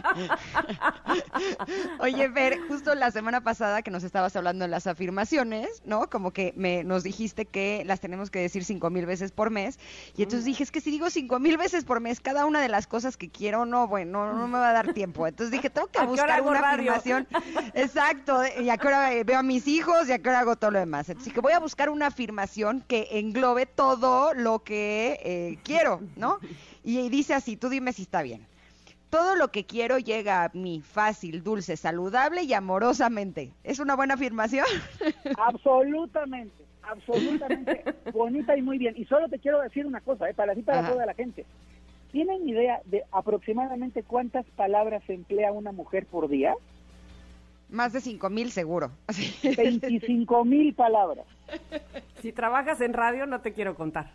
[SPEAKER 3] Oye, Fer, justo la semana pasada que nos estabas hablando de las afirmaciones, ¿no? Como que nos dijiste que las tenemos que decir 5,000 veces por mes, y entonces dije, es que si digo 5,000 veces por mes cada una de las cosas que quiero, no me va a dar tiempo. Entonces dije, tengo que buscar una afirmación. Exacto, y a qué hora veo a mis hijos y a qué hora hago todo lo demás. Entonces dije, voy a buscar una afirmación que englobe todo lo que quiero, ¿no? Y dice así, tú dime si está bien. Todo lo que quiero llega a mí fácil, dulce, saludable y amorosamente. ¿Es una buena afirmación?
[SPEAKER 5] Absolutamente bonita y muy bien. Y solo te quiero decir una cosa, para toda la gente. ¿Tienen idea de aproximadamente cuántas palabras emplea una mujer por día?
[SPEAKER 3] Más de 5,000 seguro.
[SPEAKER 5] 25,000 palabras.
[SPEAKER 2] Si trabajas en radio, no te quiero contar.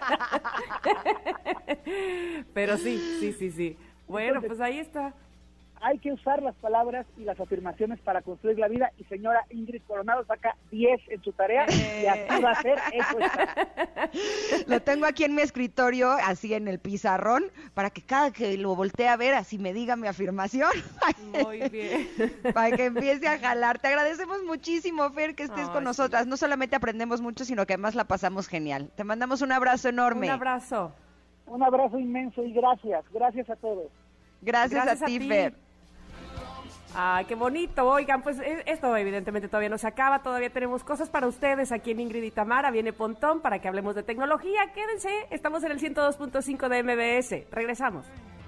[SPEAKER 2] Pero sí. Bueno, entonces, pues ahí está.
[SPEAKER 5] hay que usar las palabras y las afirmaciones para construir la vida, y señora Ingrid Coronado saca 10 en su tarea, y así va a ser, eso está.
[SPEAKER 3] Lo tengo aquí en mi escritorio, así en el pizarrón, para que cada que lo voltee a ver, así me diga mi afirmación.
[SPEAKER 2] Muy bien.
[SPEAKER 3] Para que empiece a jalar. Te agradecemos muchísimo, Fer, que estés con nosotras. No solamente aprendemos mucho, sino que además la pasamos genial. Te mandamos un abrazo enorme.
[SPEAKER 2] Un abrazo.
[SPEAKER 5] Un abrazo inmenso y gracias a todos.
[SPEAKER 3] Gracias a ti, Fer.
[SPEAKER 2] Ay, qué bonito. Oigan, pues esto evidentemente todavía no se acaba, todavía tenemos cosas para ustedes aquí en Ingrid y Tamara. Viene Pontón para que hablemos de tecnología. Quédense, estamos en el 102.5 de MBS. Regresamos.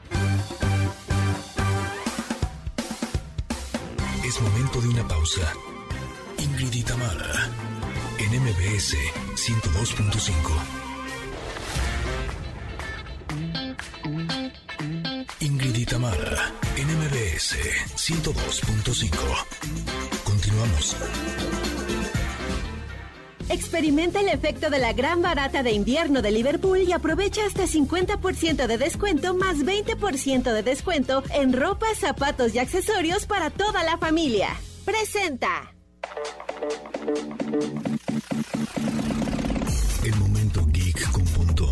[SPEAKER 1] Es momento de una pausa. Ingrid y Tamara en MBS 102.5. Ingrid y Tamara en MBS 102.5. Continuamos.
[SPEAKER 6] Experimenta el efecto de la gran barata de invierno de Liverpool y aprovecha hasta 50% de descuento más 20% de descuento en ropa, zapatos y accesorios para toda la familia. Presenta.
[SPEAKER 1] El momento geek con Pontón.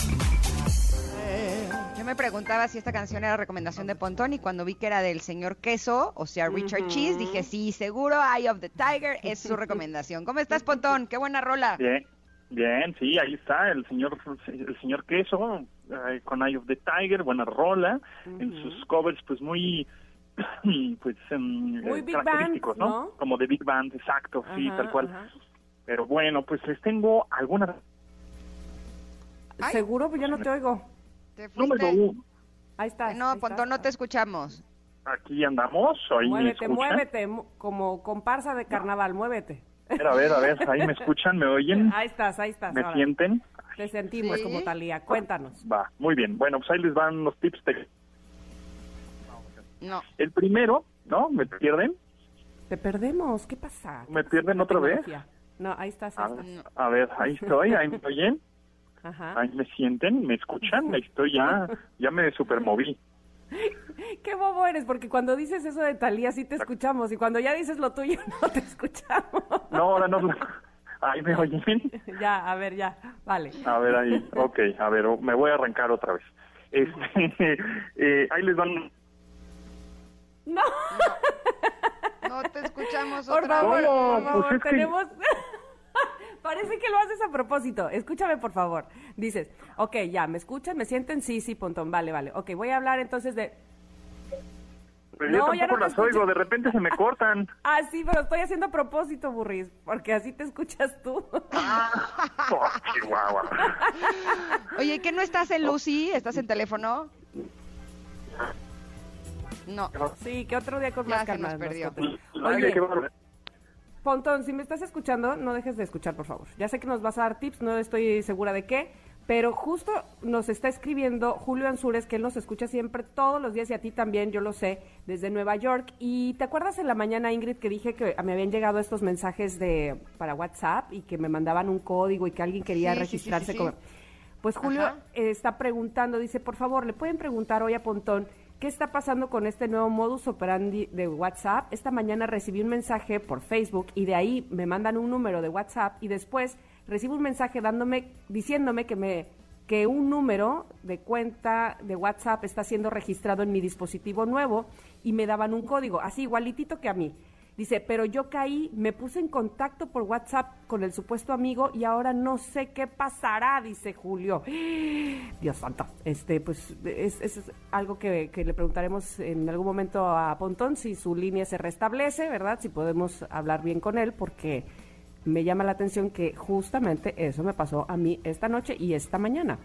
[SPEAKER 3] Yo me preguntaba si esta canción era recomendación de Pontón, y cuando vi que era del señor Queso, o sea, Richard Cheese, dije, sí, seguro Eye of the Tiger es su recomendación. ¿Cómo estás, Pontón? ¡Qué buena rola!
[SPEAKER 7] Bien, sí, ahí está el señor Queso con Eye of the Tiger, buena rola, en sus covers pues muy pues
[SPEAKER 2] muy Big
[SPEAKER 7] característicos,
[SPEAKER 2] Band,
[SPEAKER 7] ¿no? Como de Big Band, exacto, sí, tal cual.
[SPEAKER 2] Ajá.
[SPEAKER 7] Pero bueno, pues les tengo algunas...
[SPEAKER 2] ¿Seguro? Pues ya no te oigo.
[SPEAKER 3] ¿Te
[SPEAKER 7] Número
[SPEAKER 3] fuiste?
[SPEAKER 7] 1.
[SPEAKER 2] Ahí estás.
[SPEAKER 3] No,
[SPEAKER 2] ahí
[SPEAKER 3] Pontón,
[SPEAKER 2] estás.
[SPEAKER 3] no te escuchamos.
[SPEAKER 7] Aquí andamos, ahí me escuchan.
[SPEAKER 2] Muévete, como comparsa de carnaval, muévete.
[SPEAKER 7] A ver, ahí me escuchan, me oyen,
[SPEAKER 2] Ahí estás.
[SPEAKER 7] me
[SPEAKER 2] ahora.
[SPEAKER 7] sienten.
[SPEAKER 2] Te sentimos
[SPEAKER 3] Sí.
[SPEAKER 2] como Talía. Cuéntanos.
[SPEAKER 7] Va, muy bien. Bueno, pues ahí les van los tips.
[SPEAKER 2] No.
[SPEAKER 7] El primero, ¿no? ¿Me pierden?
[SPEAKER 2] Te perdemos. ¿Qué pasa?
[SPEAKER 7] ¿Me pierden otra vez?
[SPEAKER 2] No, ahí estás.
[SPEAKER 7] A ver, ahí estoy, ahí me oyen.
[SPEAKER 2] Ajá.
[SPEAKER 7] Ahí me sienten, me escuchan, estoy ya me supermoví.
[SPEAKER 2] Qué bobo eres, porque cuando dices eso de Talía sí te escuchamos, y cuando ya dices lo tuyo no te escuchamos.
[SPEAKER 7] No, ahora no, ahí me oyen.
[SPEAKER 2] Ya, a ver, ya, vale.
[SPEAKER 7] A ver, ahí, ok, a ver, me voy a arrancar otra vez. Ahí les van.
[SPEAKER 2] No.
[SPEAKER 3] No te escuchamos
[SPEAKER 2] Por
[SPEAKER 3] otra
[SPEAKER 2] favor,
[SPEAKER 3] vez.
[SPEAKER 7] ¿Cómo?
[SPEAKER 2] por favor,
[SPEAKER 7] Pues es que-
[SPEAKER 2] tenemos... Parece que lo haces a propósito. Escúchame, por favor. Dices, ok, ya, ¿me escuchan? ¿Me sienten? Sí, Pontón, vale. Ok, voy a hablar entonces de...
[SPEAKER 7] Pero
[SPEAKER 2] No,
[SPEAKER 7] yo
[SPEAKER 2] ya
[SPEAKER 7] tampoco
[SPEAKER 2] no te
[SPEAKER 7] las oigo,
[SPEAKER 2] escucho.
[SPEAKER 7] de repente se me cortan.
[SPEAKER 2] Ah, sí, pero estoy haciendo a propósito, Burris, porque así te escuchas tú.
[SPEAKER 7] Oh, Chihuahua.
[SPEAKER 3] Oye, ¿qué no estás en Lucy? ¿Estás en teléfono? No.
[SPEAKER 2] Sí, que otro día con
[SPEAKER 3] Ya
[SPEAKER 2] más
[SPEAKER 3] se
[SPEAKER 2] calma.
[SPEAKER 3] nos perdió.
[SPEAKER 7] Oye, qué bárbaro.
[SPEAKER 2] Pontón, si me estás escuchando, no dejes de escuchar, por favor. Ya sé que nos vas a dar tips, no estoy segura de qué, pero justo nos está escribiendo Julio Ansúrez, que él nos escucha siempre, todos los días, y a ti también, yo lo sé, desde Nueva York. Y ¿te acuerdas en la mañana, Ingrid, que dije que me habían llegado estos mensajes para WhatsApp y que me mandaban un código y que alguien quería
[SPEAKER 3] Sí,
[SPEAKER 2] registrarse?
[SPEAKER 3] sí.
[SPEAKER 2] Como... Pues Julio
[SPEAKER 3] Ajá.
[SPEAKER 2] está preguntando, dice, por favor, ¿le pueden preguntar hoy a Pontón qué está pasando con este nuevo modus operandi de WhatsApp? Esta mañana recibí un mensaje por Facebook y de ahí me mandan un número de WhatsApp y después recibo un mensaje diciéndome que un número de cuenta de WhatsApp está siendo registrado en mi dispositivo nuevo y me daban un código, así igualitito que a mí. Dice, pero yo caí, me puse en contacto por WhatsApp con el supuesto amigo y ahora no sé qué pasará, dice Julio. Dios santo. Pues es algo que le preguntaremos en algún momento a Pontón, si su línea se restablece, ¿verdad? Si podemos hablar bien con él, porque me llama la atención que justamente eso me pasó a mí esta noche y esta mañana.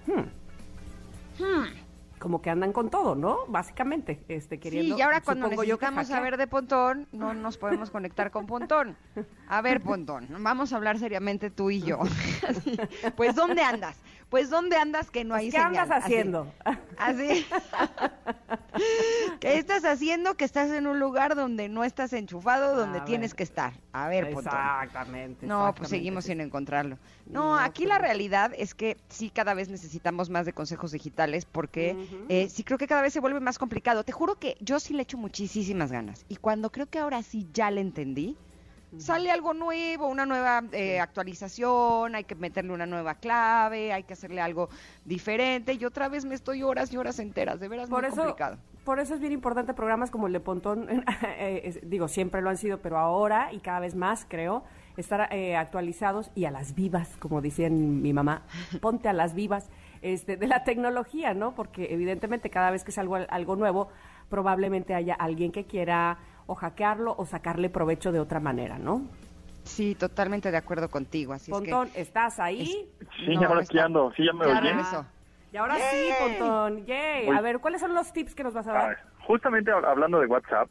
[SPEAKER 2] Como que andan con todo, ¿no? Básicamente, queriendo...
[SPEAKER 3] Sí, y ahora cuando
[SPEAKER 2] supongo yo, que
[SPEAKER 3] necesitamos
[SPEAKER 2] hackear.
[SPEAKER 3] saber de Pontón, no nos podemos conectar con Pontón. A ver, Pontón, vamos a hablar seriamente tú y yo. Pues, ¿dónde andas? Pues, ¿dónde andas que no hay
[SPEAKER 2] ¿Qué
[SPEAKER 3] señal?
[SPEAKER 2] andas haciendo?
[SPEAKER 3] Así. ¿Qué estás haciendo que estás en un lugar donde no estás enchufado, donde tienes que estar? A ver, Pontón.
[SPEAKER 2] Exactamente.
[SPEAKER 3] No, pues seguimos sin encontrarlo. No, aquí la realidad es que sí cada vez necesitamos más de consejos digitales porque sí creo que cada vez se vuelve más complicado. Te juro que yo sí le echo muchísimas ganas. Y cuando creo que ahora sí ya le entendí, sale algo nuevo, una nueva actualización, hay que meterle una nueva clave, hay que hacerle algo diferente y otra vez me estoy horas y horas enteras, de veras muy complicado.
[SPEAKER 2] Por eso es bien importante programas como el de Pontón, digo, siempre lo han sido, pero ahora y cada vez más, creo, estar actualizados y a las vivas, como decía mi mamá, ponte a las vivas de la tecnología, ¿no? Porque evidentemente cada vez que salga algo nuevo, probablemente haya alguien que quiera o hackearlo o sacarle provecho de otra manera, ¿no?
[SPEAKER 3] Sí, totalmente de acuerdo contigo. Así
[SPEAKER 2] Pontón,
[SPEAKER 3] es que
[SPEAKER 2] ¿estás ahí?
[SPEAKER 7] Sí, ahora aquí ando. Sí, ya me oí.
[SPEAKER 2] Y ahora sí, Pontón. Yay. A ver, ¿cuáles son los tips que nos vas a dar?
[SPEAKER 7] Justamente hablando de WhatsApp,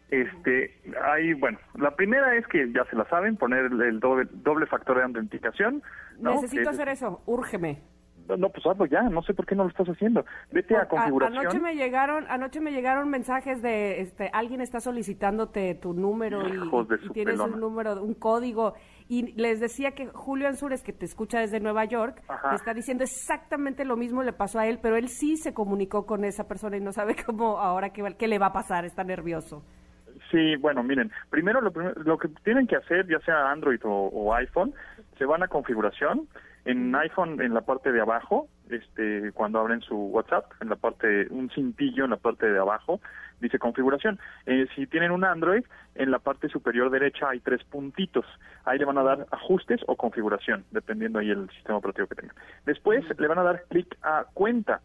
[SPEAKER 7] hay, bueno, la primera es que ya se la saben, poner el doble factor de autenticación, ¿no?
[SPEAKER 2] Necesito hacer eso, úrgeme.
[SPEAKER 7] No, pues hazlo ya, no sé por qué no lo estás haciendo. Vete a configuración.
[SPEAKER 2] Anoche me llegaron mensajes de alguien está solicitándote tu número y tienes un número, un código, y les decía que Julio Ansúrez, que te escucha desde Nueva York, me está diciendo exactamente lo mismo le pasó a él, pero él sí se comunicó con esa persona y no sabe cómo ahora qué le va a pasar, está nervioso.
[SPEAKER 7] Sí, bueno, miren, primero lo que tienen que hacer, ya sea Android o iPhone, se van a configuración. En iPhone, en la parte de abajo, cuando abren su WhatsApp, en la parte, un cintillo en la parte de abajo, dice configuración. Si tienen un Android, en la parte superior derecha hay 3 puntitos. Ahí le van a dar ajustes o configuración, dependiendo ahí el sistema operativo que tengan. Después le van a dar clic a cuenta.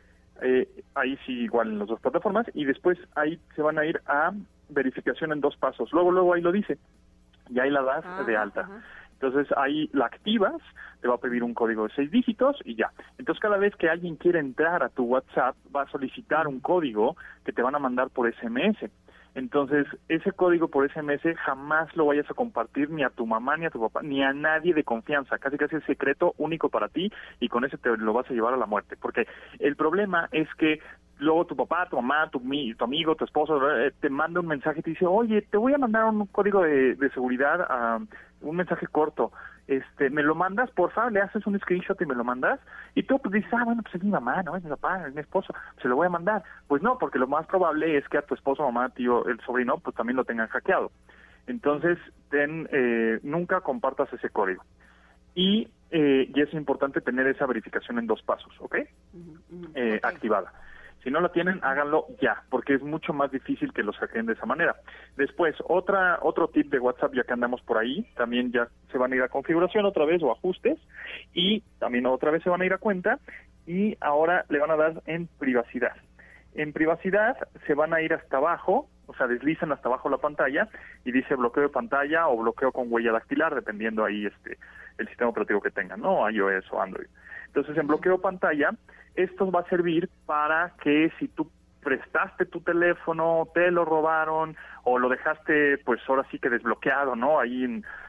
[SPEAKER 7] Ahí sí, igual en las dos plataformas. Y después ahí se van a ir a verificación en 2 pasos. Luego ahí lo dice. Y ahí la das de alta. Entonces ahí la activas, te va a pedir un código de 6 dígitos y ya. Entonces cada vez que alguien quiere entrar a tu WhatsApp, va a solicitar un código que te van a mandar por SMS. Entonces ese código por SMS jamás lo vayas a compartir ni a tu mamá, ni a tu papá, ni a nadie de confianza. Casi es secreto único para ti y con ese te lo vas a llevar a la muerte. Porque el problema es que luego tu papá, tu mamá, tu amigo, tu esposo te manda un mensaje y te dice, oye, te voy a mandar un código de seguridad, un mensaje corto, me lo mandas, por favor, le haces un screenshot y me lo mandas, y tú pues dices, bueno, pues es mi mamá, no es mi papá, es mi esposo, se lo voy a mandar. Pues no, porque lo más probable es que a tu esposo, mamá, tío, el sobrino, pues también lo tengan hackeado. Entonces, nunca compartas ese código. Y es importante tener esa verificación en 2 pasos, ¿ok? Activada. Si no la tienen, háganlo ya, porque es mucho más difícil que los hackeen de esa manera. Después, otro tip de WhatsApp, ya que andamos por ahí, también ya se van a ir a configuración otra vez o ajustes, y también otra vez se van a ir a cuenta, y ahora le van a dar en privacidad. En privacidad se van a ir hasta abajo, o sea, deslizan hasta abajo la pantalla, y dice bloqueo de pantalla o bloqueo con huella dactilar, dependiendo ahí el sistema operativo que tengan, ¿no? iOS o Android. Entonces, en bloqueo pantalla, esto va a servir para que si tú prestaste tu teléfono, te lo robaron o lo dejaste, pues ahora sí que desbloqueado, ¿no? Ahí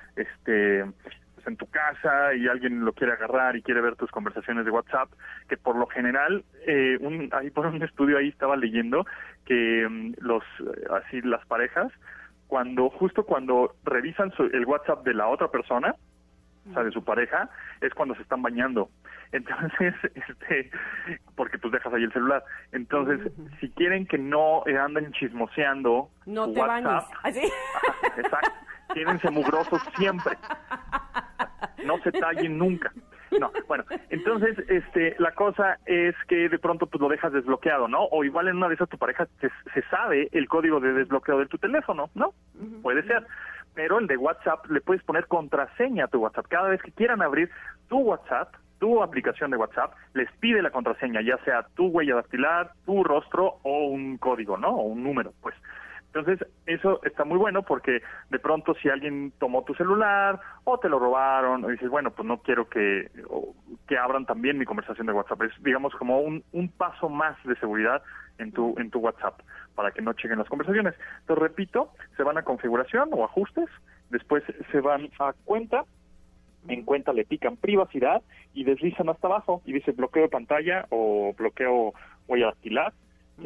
[SPEAKER 7] en tu casa y alguien lo quiere agarrar y quiere ver tus conversaciones de WhatsApp, que por lo general, ahí por un estudio ahí estaba leyendo que las parejas, justo cuando revisan el WhatsApp de la otra persona, o sea, de su pareja, es cuando se están bañando. Entonces, porque pues dejas ahí el celular. Entonces, si quieren que no anden chismoseando
[SPEAKER 2] no te
[SPEAKER 7] WhatsApp,
[SPEAKER 2] bañes. ¿Así?
[SPEAKER 7] Exacto, quédense mugrosos siempre. No se tallen nunca. No, bueno, entonces, la cosa es que de pronto pues lo dejas desbloqueado, ¿no? O igual en una de esas tu pareja se sabe el código de desbloqueo de tu teléfono, ¿no? Puede ser. Pero el de WhatsApp le puedes poner contraseña a tu WhatsApp. Cada vez que quieran abrir tu WhatsApp, tu aplicación de WhatsApp, les pide la contraseña, ya sea tu huella dactilar, tu rostro o un código, ¿no? O un número, pues. Entonces, eso está muy bueno porque de pronto si alguien tomó tu celular o te lo robaron, o dices, bueno, pues no quiero que abran también mi conversación de WhatsApp. Es, digamos, como un paso más de seguridad en tu WhatsApp para que no chequen las conversaciones. Entonces, repito, se van a configuración o ajustes, después se van a cuenta, en cuenta le pican privacidad y deslizan hasta abajo y dice bloqueo de pantalla o bloqueo huella dactilar.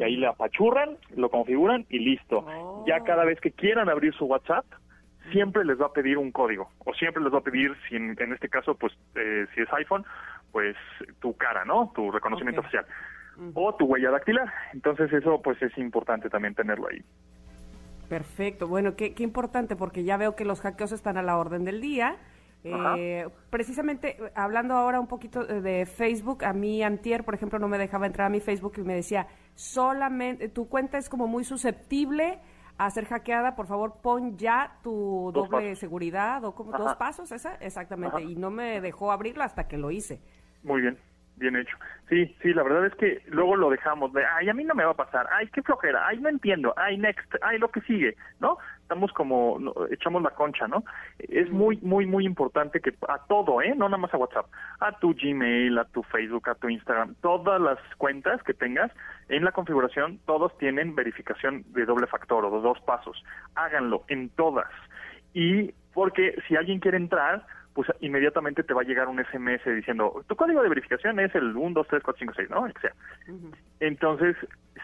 [SPEAKER 7] y ahí le apachurran, lo configuran y listo. Ya cada vez que quieran abrir su WhatsApp, siempre les va a pedir un código, o siempre les va a pedir, si en este caso, pues, si es iPhone, pues tu cara, ¿no? Tu reconocimiento facial, o tu huella dactilar. Entonces eso, pues, es importante también tenerlo ahí.
[SPEAKER 2] Perfecto, bueno, qué importante, porque ya veo que los hackeos están a la orden del día. Precisamente, hablando ahora un poquito de Facebook, a mí antier, por ejemplo, no me dejaba entrar a mi Facebook y me decía, solamente, tu cuenta es como muy susceptible a ser hackeada, por favor pon ya tu doble seguridad, o como 2 pasos, ¿esa? Exactamente, y no me dejó abrirla hasta que lo hice.
[SPEAKER 7] Muy bien. Bien hecho. Sí, la verdad es que luego lo dejamos de, ay, a mí no me va a pasar, ay, qué flojera, ay, no entiendo, ay, next, ay, lo que sigue, ¿no? Estamos como, echamos la concha, ¿no? Es muy, muy, muy importante que a todo, no nada más a WhatsApp, a tu Gmail, a tu Facebook, a tu Instagram, todas las cuentas que tengas, en la configuración, todos tienen verificación de doble factor o de 2 pasos. Háganlo en todas. Y porque si alguien quiere entrar, pues inmediatamente te va a llegar un SMS diciendo, tu código de verificación es el 1, 2, 3, 4, 5, 6, ¿no? El que sea. Entonces,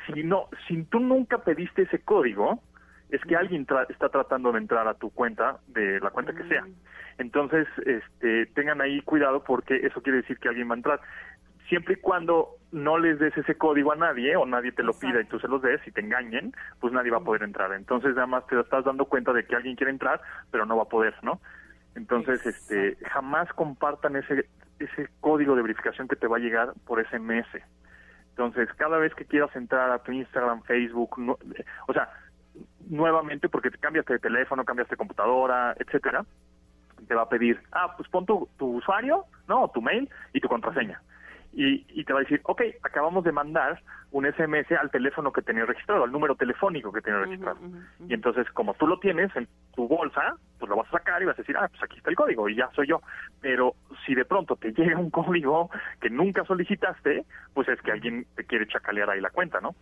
[SPEAKER 7] si tú nunca pediste ese código, es que alguien está tratando de entrar a tu cuenta, de la cuenta que sea. Entonces, tengan ahí cuidado, porque eso quiere decir que alguien va a entrar. Siempre y cuando no les des ese código a nadie, o nadie te lo pida y tú se los des y te engañen, pues nadie va a poder entrar. Entonces, nada más te estás dando cuenta de que alguien quiere entrar, pero no va a poder, ¿no? Entonces, jamás compartan ese código de verificación que te va a llegar por SMS. Entonces, cada vez que quieras entrar a tu Instagram, Facebook, o sea, nuevamente, porque te cambiaste de teléfono, cambiaste de computadora, etcétera, te va a pedir, pues pon tu usuario, ¿no? O tu mail y tu contraseña. Y te va a decir, ok, acabamos de mandar un SMS al teléfono que tenías registrado, al número telefónico que tenías registrado. Y entonces, como tú lo tienes en tu bolsa, pues lo vas a sacar y vas a decir, pues aquí está el código y ya soy yo. Pero si de pronto te llega un código que nunca solicitaste, pues es que alguien te quiere chacalear ahí la cuenta, ¿no?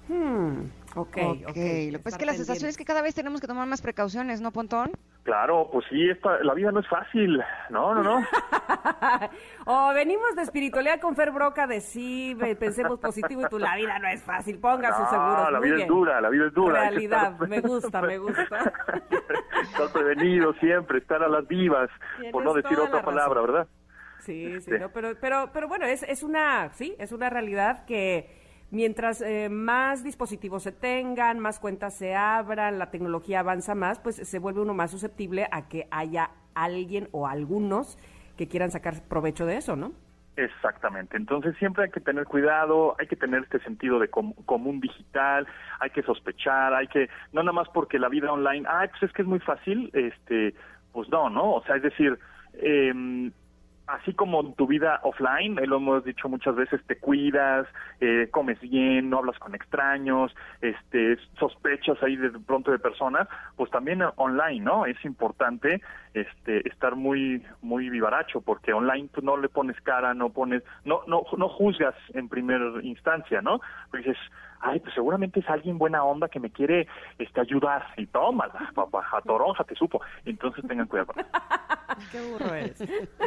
[SPEAKER 3] Ok. Lo que pasa es que la sensación es que cada vez tenemos que tomar más precauciones, ¿no, Pontón?
[SPEAKER 7] Claro, pues sí, la vida no es fácil. No.
[SPEAKER 2] Venimos de espiritualidad con Fer Broca de sí, pensemos positivo, y la vida no es fácil, ponga sus seguros.
[SPEAKER 7] La vida es dura.
[SPEAKER 2] Realidad, me gusta.
[SPEAKER 7] Estar prevenido siempre, estar a las vivas, por no decir otra palabra, ¿verdad?
[SPEAKER 2] Sí, no, pero bueno, es una realidad que mientras más dispositivos se tengan, más cuentas se abran, la tecnología avanza más, pues se vuelve uno más susceptible a que haya alguien o algunos que quieran sacar provecho de eso, ¿no?
[SPEAKER 7] Exactamente. Entonces siempre hay que tener cuidado, hay que tener este sentido de común digital, hay que sospechar, no nada más porque la vida online, pues es que es muy fácil, pues no, o sea, es decir, así como en tu vida offline, lo hemos dicho muchas veces, te cuidas, comes bien, no hablas con extraños, sospechas ahí de pronto de personas, pues también online, ¿no? Es importante estar muy muy vivaracho, porque online tú no le pones cara, no juzgas en primera instancia, ¿no? Porque dices, pues seguramente es alguien buena onda que me quiere ayudar, y tómala, papá, a toronja te supo. Entonces tengan cuidado.
[SPEAKER 2] Qué burro eres.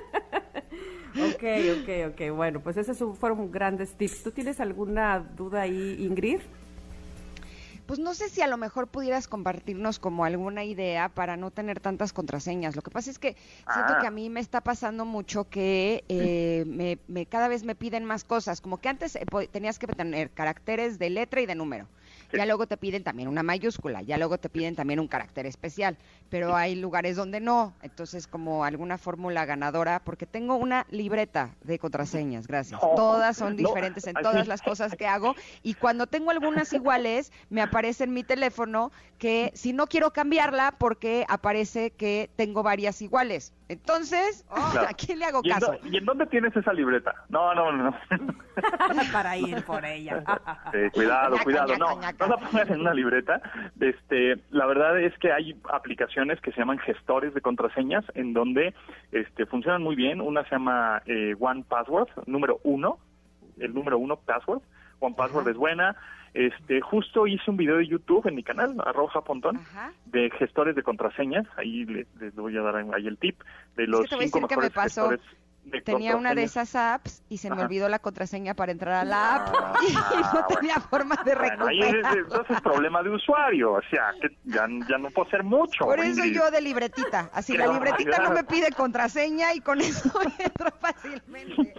[SPEAKER 2] Ok. Bueno, pues esos fueron grandes tips. ¿Tú tienes alguna duda ahí, Ingrid?
[SPEAKER 3] Pues no sé si a lo mejor pudieras compartirnos como alguna idea para no tener tantas contraseñas. Lo que pasa es que siento que a mí me está pasando mucho que cada vez me piden más cosas. Como que antes tenías que tener caracteres de letra y de número. Ya luego te piden también una mayúscula, ya luego te piden también un carácter especial, pero hay lugares donde no. Entonces, como alguna fórmula ganadora, porque tengo una libreta de contraseñas, gracias. Todas son diferentes en todas las cosas que hago, y cuando tengo algunas iguales, me aparece en mi teléfono que si no quiero cambiarla, porque aparece que tengo varias iguales. Entonces,
[SPEAKER 7] claro.
[SPEAKER 3] ¿A quién le hago caso?
[SPEAKER 7] ¿Y en dónde tienes esa libreta? No.
[SPEAKER 2] Para ir por ella.
[SPEAKER 7] Cuidado. No la pongas en una libreta. La verdad es que hay aplicaciones que se llaman gestores de contraseñas, en donde funcionan muy bien. Una se llama One Password, número 1, el número 1 password. One Password es buena. Justo hice un video de YouTube en mi canal, @Pontón, de gestores de contraseñas. Ahí les voy a dar ahí el tip de los 5 mejores gestores.
[SPEAKER 3] tenía una de esas apps y se me olvidó la contraseña para entrar a la app y no tenía forma de recuperar.
[SPEAKER 7] Ahí entonces es problema de usuario, o sea, que ya no puedo hacer mucho.
[SPEAKER 3] Por eso yo de libretita, así la libretita no me pide contraseña y con eso entro fácilmente.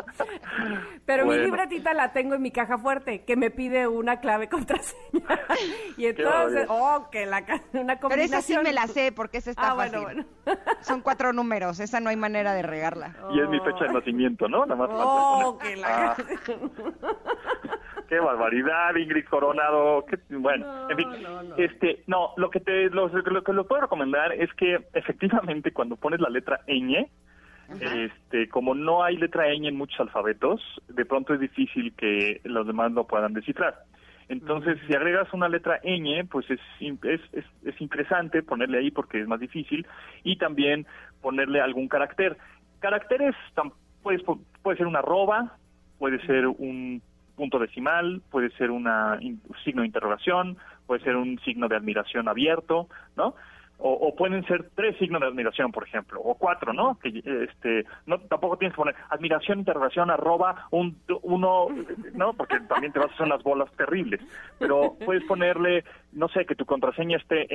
[SPEAKER 2] Pero mi libretita la tengo en mi caja fuerte, que me pide una clave contraseña. Y entonces, una combinación.
[SPEAKER 3] Pero esa sí me la sé, porque esa está fácil.
[SPEAKER 2] Bueno.
[SPEAKER 3] Son 4 números, esa no hay manera de regarla.
[SPEAKER 7] Y es mi fecha de nacimiento, ¿no? Nada más qué barbaridad, Ingrid Coronado. Bueno, en fin. Lo que les puedo recomendar es que efectivamente cuando pones la letra ñ, como no hay letra ñ en muchos alfabetos, de pronto es difícil que los demás lo puedan descifrar. Entonces, si agregas una letra ñ, pues es interesante ponerle ahí porque es más difícil, y también ponerle algún carácter. Caracteres puede ser una arroba, puede ser un punto decimal, puede ser un signo de interrogación, puede ser un signo de admiración abierto, ¿no? O pueden ser 3 signos de admiración, por ejemplo, o 4, ¿no? Que tampoco tienes que poner admiración, interrogación, arroba, uno, ¿no? Porque también te vas a hacer unas bolas terribles. Pero puedes ponerle, no sé, que tu contraseña esté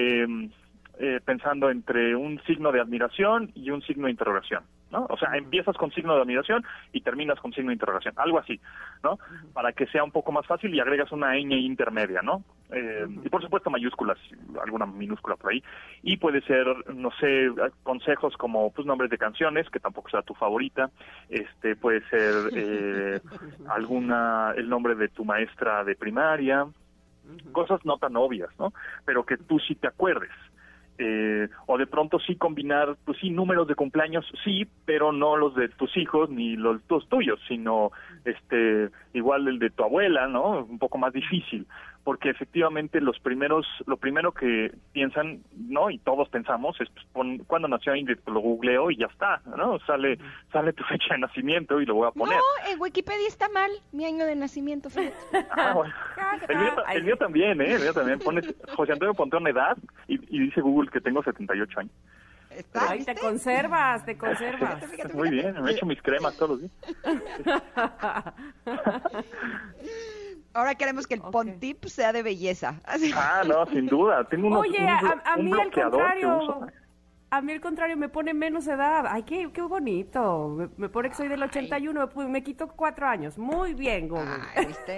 [SPEAKER 7] pensando entre un signo de admiración y un signo de interrogación, ¿no? O sea, empiezas con signo de admiración y terminas con signo de interrogación, algo así, ¿no? Para que sea un poco más fácil y agregas una ñ intermedia, ¿no? Y por supuesto mayúsculas, alguna minúscula por ahí. Y puede ser, no sé, consejos como pues nombres de canciones, que tampoco sea tu favorita. Puede ser el nombre de tu maestra de primaria, cosas no tan obvias, ¿no? Pero que tú sí te acuerdes. O de pronto sí combinar, pues sí, números de cumpleaños, sí, pero no los de tus hijos ni los tuyos, sino igual el de tu abuela, ¿no? Un poco más difícil, porque efectivamente lo primero que piensan, ¿no? Y todos pensamos es ¿cuándo nació Ingrid? Lo googleo y ya está, ¿no? Sale tu fecha de nacimiento y lo voy a poner.
[SPEAKER 3] No, en Wikipedia está mal mi año de nacimiento, fíjate.
[SPEAKER 7] Bueno. El mío también, ¿eh? El mío también. Pones José Antonio Pontón edad y dice Google que tengo 78 años.
[SPEAKER 2] Ay, te conservas.
[SPEAKER 7] Fíjate. Muy bien, me echo mis cremas todos los días.
[SPEAKER 3] Ahora queremos que el Pontip sea de belleza.
[SPEAKER 7] No, sin duda. Tengo
[SPEAKER 2] Oye, a mí al contrario. A mí al contrario, me pone menos edad. Ay, qué bonito. Me pone que soy del 81, me quito 4 años. Muy bien, Google.
[SPEAKER 3] ¿Viste?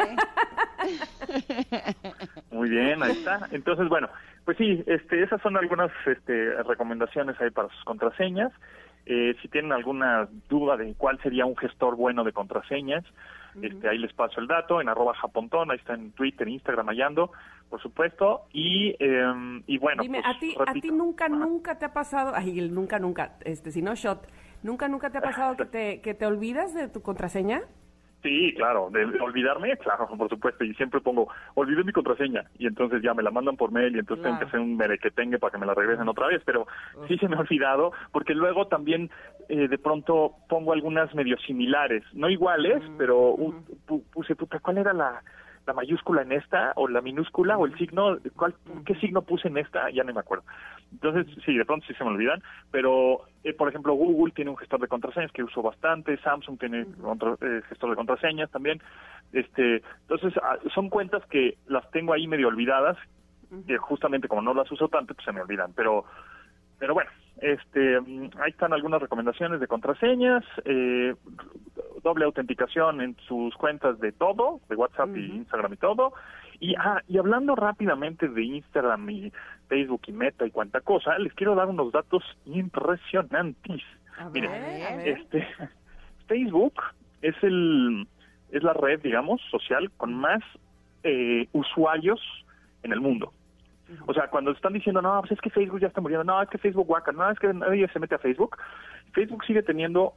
[SPEAKER 7] Muy bien, ahí está. Entonces, bueno, pues sí, esas son algunas recomendaciones ahí para sus contraseñas. Si tienen alguna duda de cuál sería un gestor bueno de contraseñas, ahí les paso el dato en @japontón, ahí está en Twitter, Instagram, hallando, por supuesto, y bueno.
[SPEAKER 2] Dime,
[SPEAKER 7] pues,
[SPEAKER 2] a ti nunca te ha pasado, nunca, si no shot, nunca te ha pasado que te olvidas de tu contraseña.
[SPEAKER 7] Sí, claro, de olvidarme, claro, por supuesto, y siempre pongo, olvidé mi contraseña, y entonces ya me la mandan por mail, y entonces tengo que hacer un merequetengue para que me la regresen otra vez, pero sí se me ha olvidado, porque luego también de pronto pongo algunas medio similares, no iguales, pero puse, ¿cuál era la mayúscula en esta, o la minúscula, o el signo? ¿Qué signo puse en esta? Ya no me acuerdo. Entonces, sí, de pronto sí se me olvidan, pero, por ejemplo, Google tiene un gestor de contraseñas que uso bastante, Samsung tiene otro gestor de contraseñas también. Entonces, son cuentas que las tengo ahí medio olvidadas, que justamente como no las uso tanto, pues se me olvidan, pero bueno, ahí están algunas recomendaciones de contraseñas, doble autenticación en sus cuentas de todo, de WhatsApp y Instagram y todo, y hablando rápidamente de Instagram y Facebook y Meta y cuanta cosa, les quiero dar unos datos impresionantes. Miren, Facebook es la red, digamos, social con más usuarios en el mundo. O sea, cuando están diciendo, no, pues es que Facebook ya está muriendo, no, es que Facebook guaca, no, es que nadie se mete a Facebook, Facebook sigue teniendo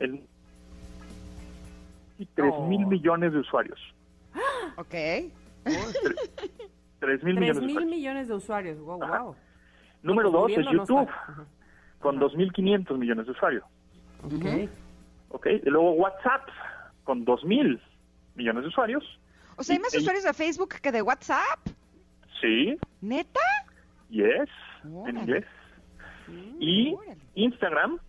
[SPEAKER 7] 3,000 millones de usuarios.
[SPEAKER 3] Ok.
[SPEAKER 7] 3,000 millones de usuarios.
[SPEAKER 2] 3,000 millones de usuarios, wow.
[SPEAKER 7] Número 2 es YouTube, con 2,500 millones de usuarios. Ok. Y luego WhatsApp, con 2,000 millones de usuarios.
[SPEAKER 3] O sea, ¿hay más usuarios de Facebook que de WhatsApp?
[SPEAKER 7] Sí.
[SPEAKER 3] ¿Neta?
[SPEAKER 7] Yes, en inglés. Y Instagram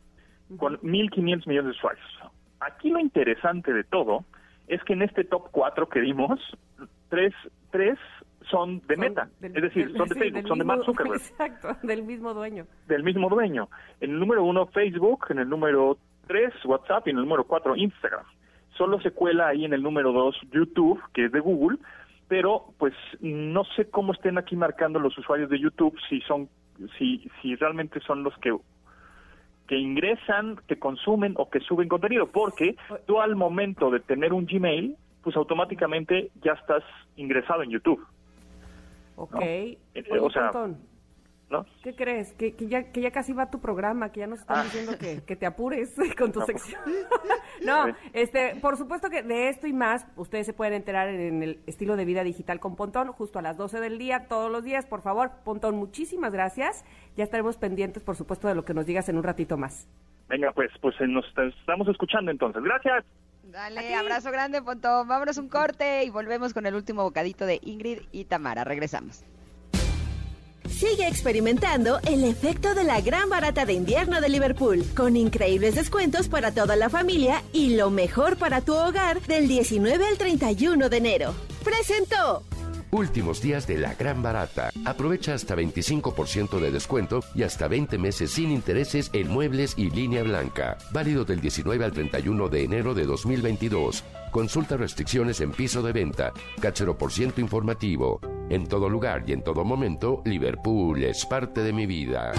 [SPEAKER 7] con 1.500 millones de usuarios. Aquí lo interesante de todo es que en este top 4 que dimos, tres son de Meta, es decir, son de Facebook, son de Mark Zuckerberg.
[SPEAKER 2] Exacto, del mismo dueño.
[SPEAKER 7] Del mismo dueño. En el número 1, Facebook, en el número 3, WhatsApp, y en el número 4, Instagram. Solo se cuela ahí en el número 2, YouTube, que es de Google, pero pues no sé cómo estén aquí marcando los usuarios de YouTube si realmente son los que ingresan, que consumen o que suben contenido, porque tú al momento de tener un Gmail, pues automáticamente ya estás ingresado en YouTube.
[SPEAKER 2] Ok.
[SPEAKER 7] ¿No?
[SPEAKER 2] Oye,
[SPEAKER 7] o sea, ¿no?
[SPEAKER 2] ¿Qué crees? Que ya casi va tu programa, que ya nos están diciendo que te apures con tu sección. No, por supuesto que de esto y más, ustedes se pueden enterar en el Estilo de Vida Digital con Pontón, justo a las 12 del día, todos los días, por favor. Pontón, muchísimas gracias. Ya estaremos pendientes, por supuesto, de lo que nos digas en un ratito más.
[SPEAKER 7] Venga, pues nos estamos escuchando entonces. Gracias.
[SPEAKER 3] Dale, abrazo grande, Pontón. Vámonos un corte y volvemos con el último bocadito de Ingrid y Tamara. Regresamos.
[SPEAKER 6] Sigue experimentando el efecto de la gran barata de invierno de Liverpool, con increíbles descuentos para toda la familia y lo mejor para tu hogar del 19 al 31 de enero. ¡Presentó!
[SPEAKER 8] Últimos días de la gran barata. Aprovecha hasta 25% de descuento y hasta 20 meses sin intereses en muebles y línea blanca. Válido del 19 al 31 de enero de 2022. Consulta restricciones en piso de venta. Cáchero por ciento informativo. En todo lugar y en todo momento, Liverpool es parte de mi vida.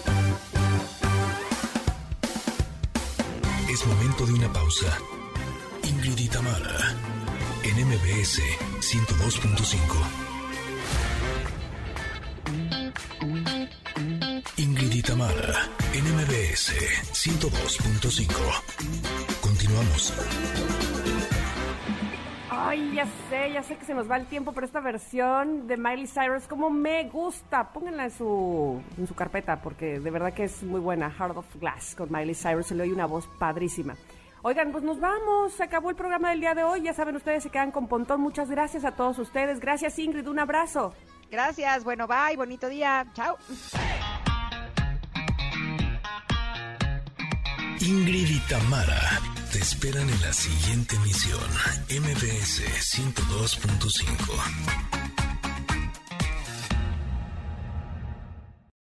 [SPEAKER 1] Es momento de una pausa. Ingrid y Tamara, en MBS 102.5. Ingrid y Tamara, en MBS 102.5. Continuamos.
[SPEAKER 2] Ay, ya sé que se nos va el tiempo, pero esta versión de Miley Cyrus, como me gusta, pónganla en su carpeta, porque de verdad que es muy buena. Heart of Glass con Miley Cyrus, se le oye una voz padrísima. Oigan, pues nos vamos, se acabó el programa del día de hoy, ya saben, ustedes se quedan con Pontón. Muchas gracias a todos ustedes, gracias Ingrid, un abrazo.
[SPEAKER 3] Gracias, bueno, bye, bonito día, chao.
[SPEAKER 1] Ingrid y Tamara te esperan en la siguiente emisión, MBS 102.5.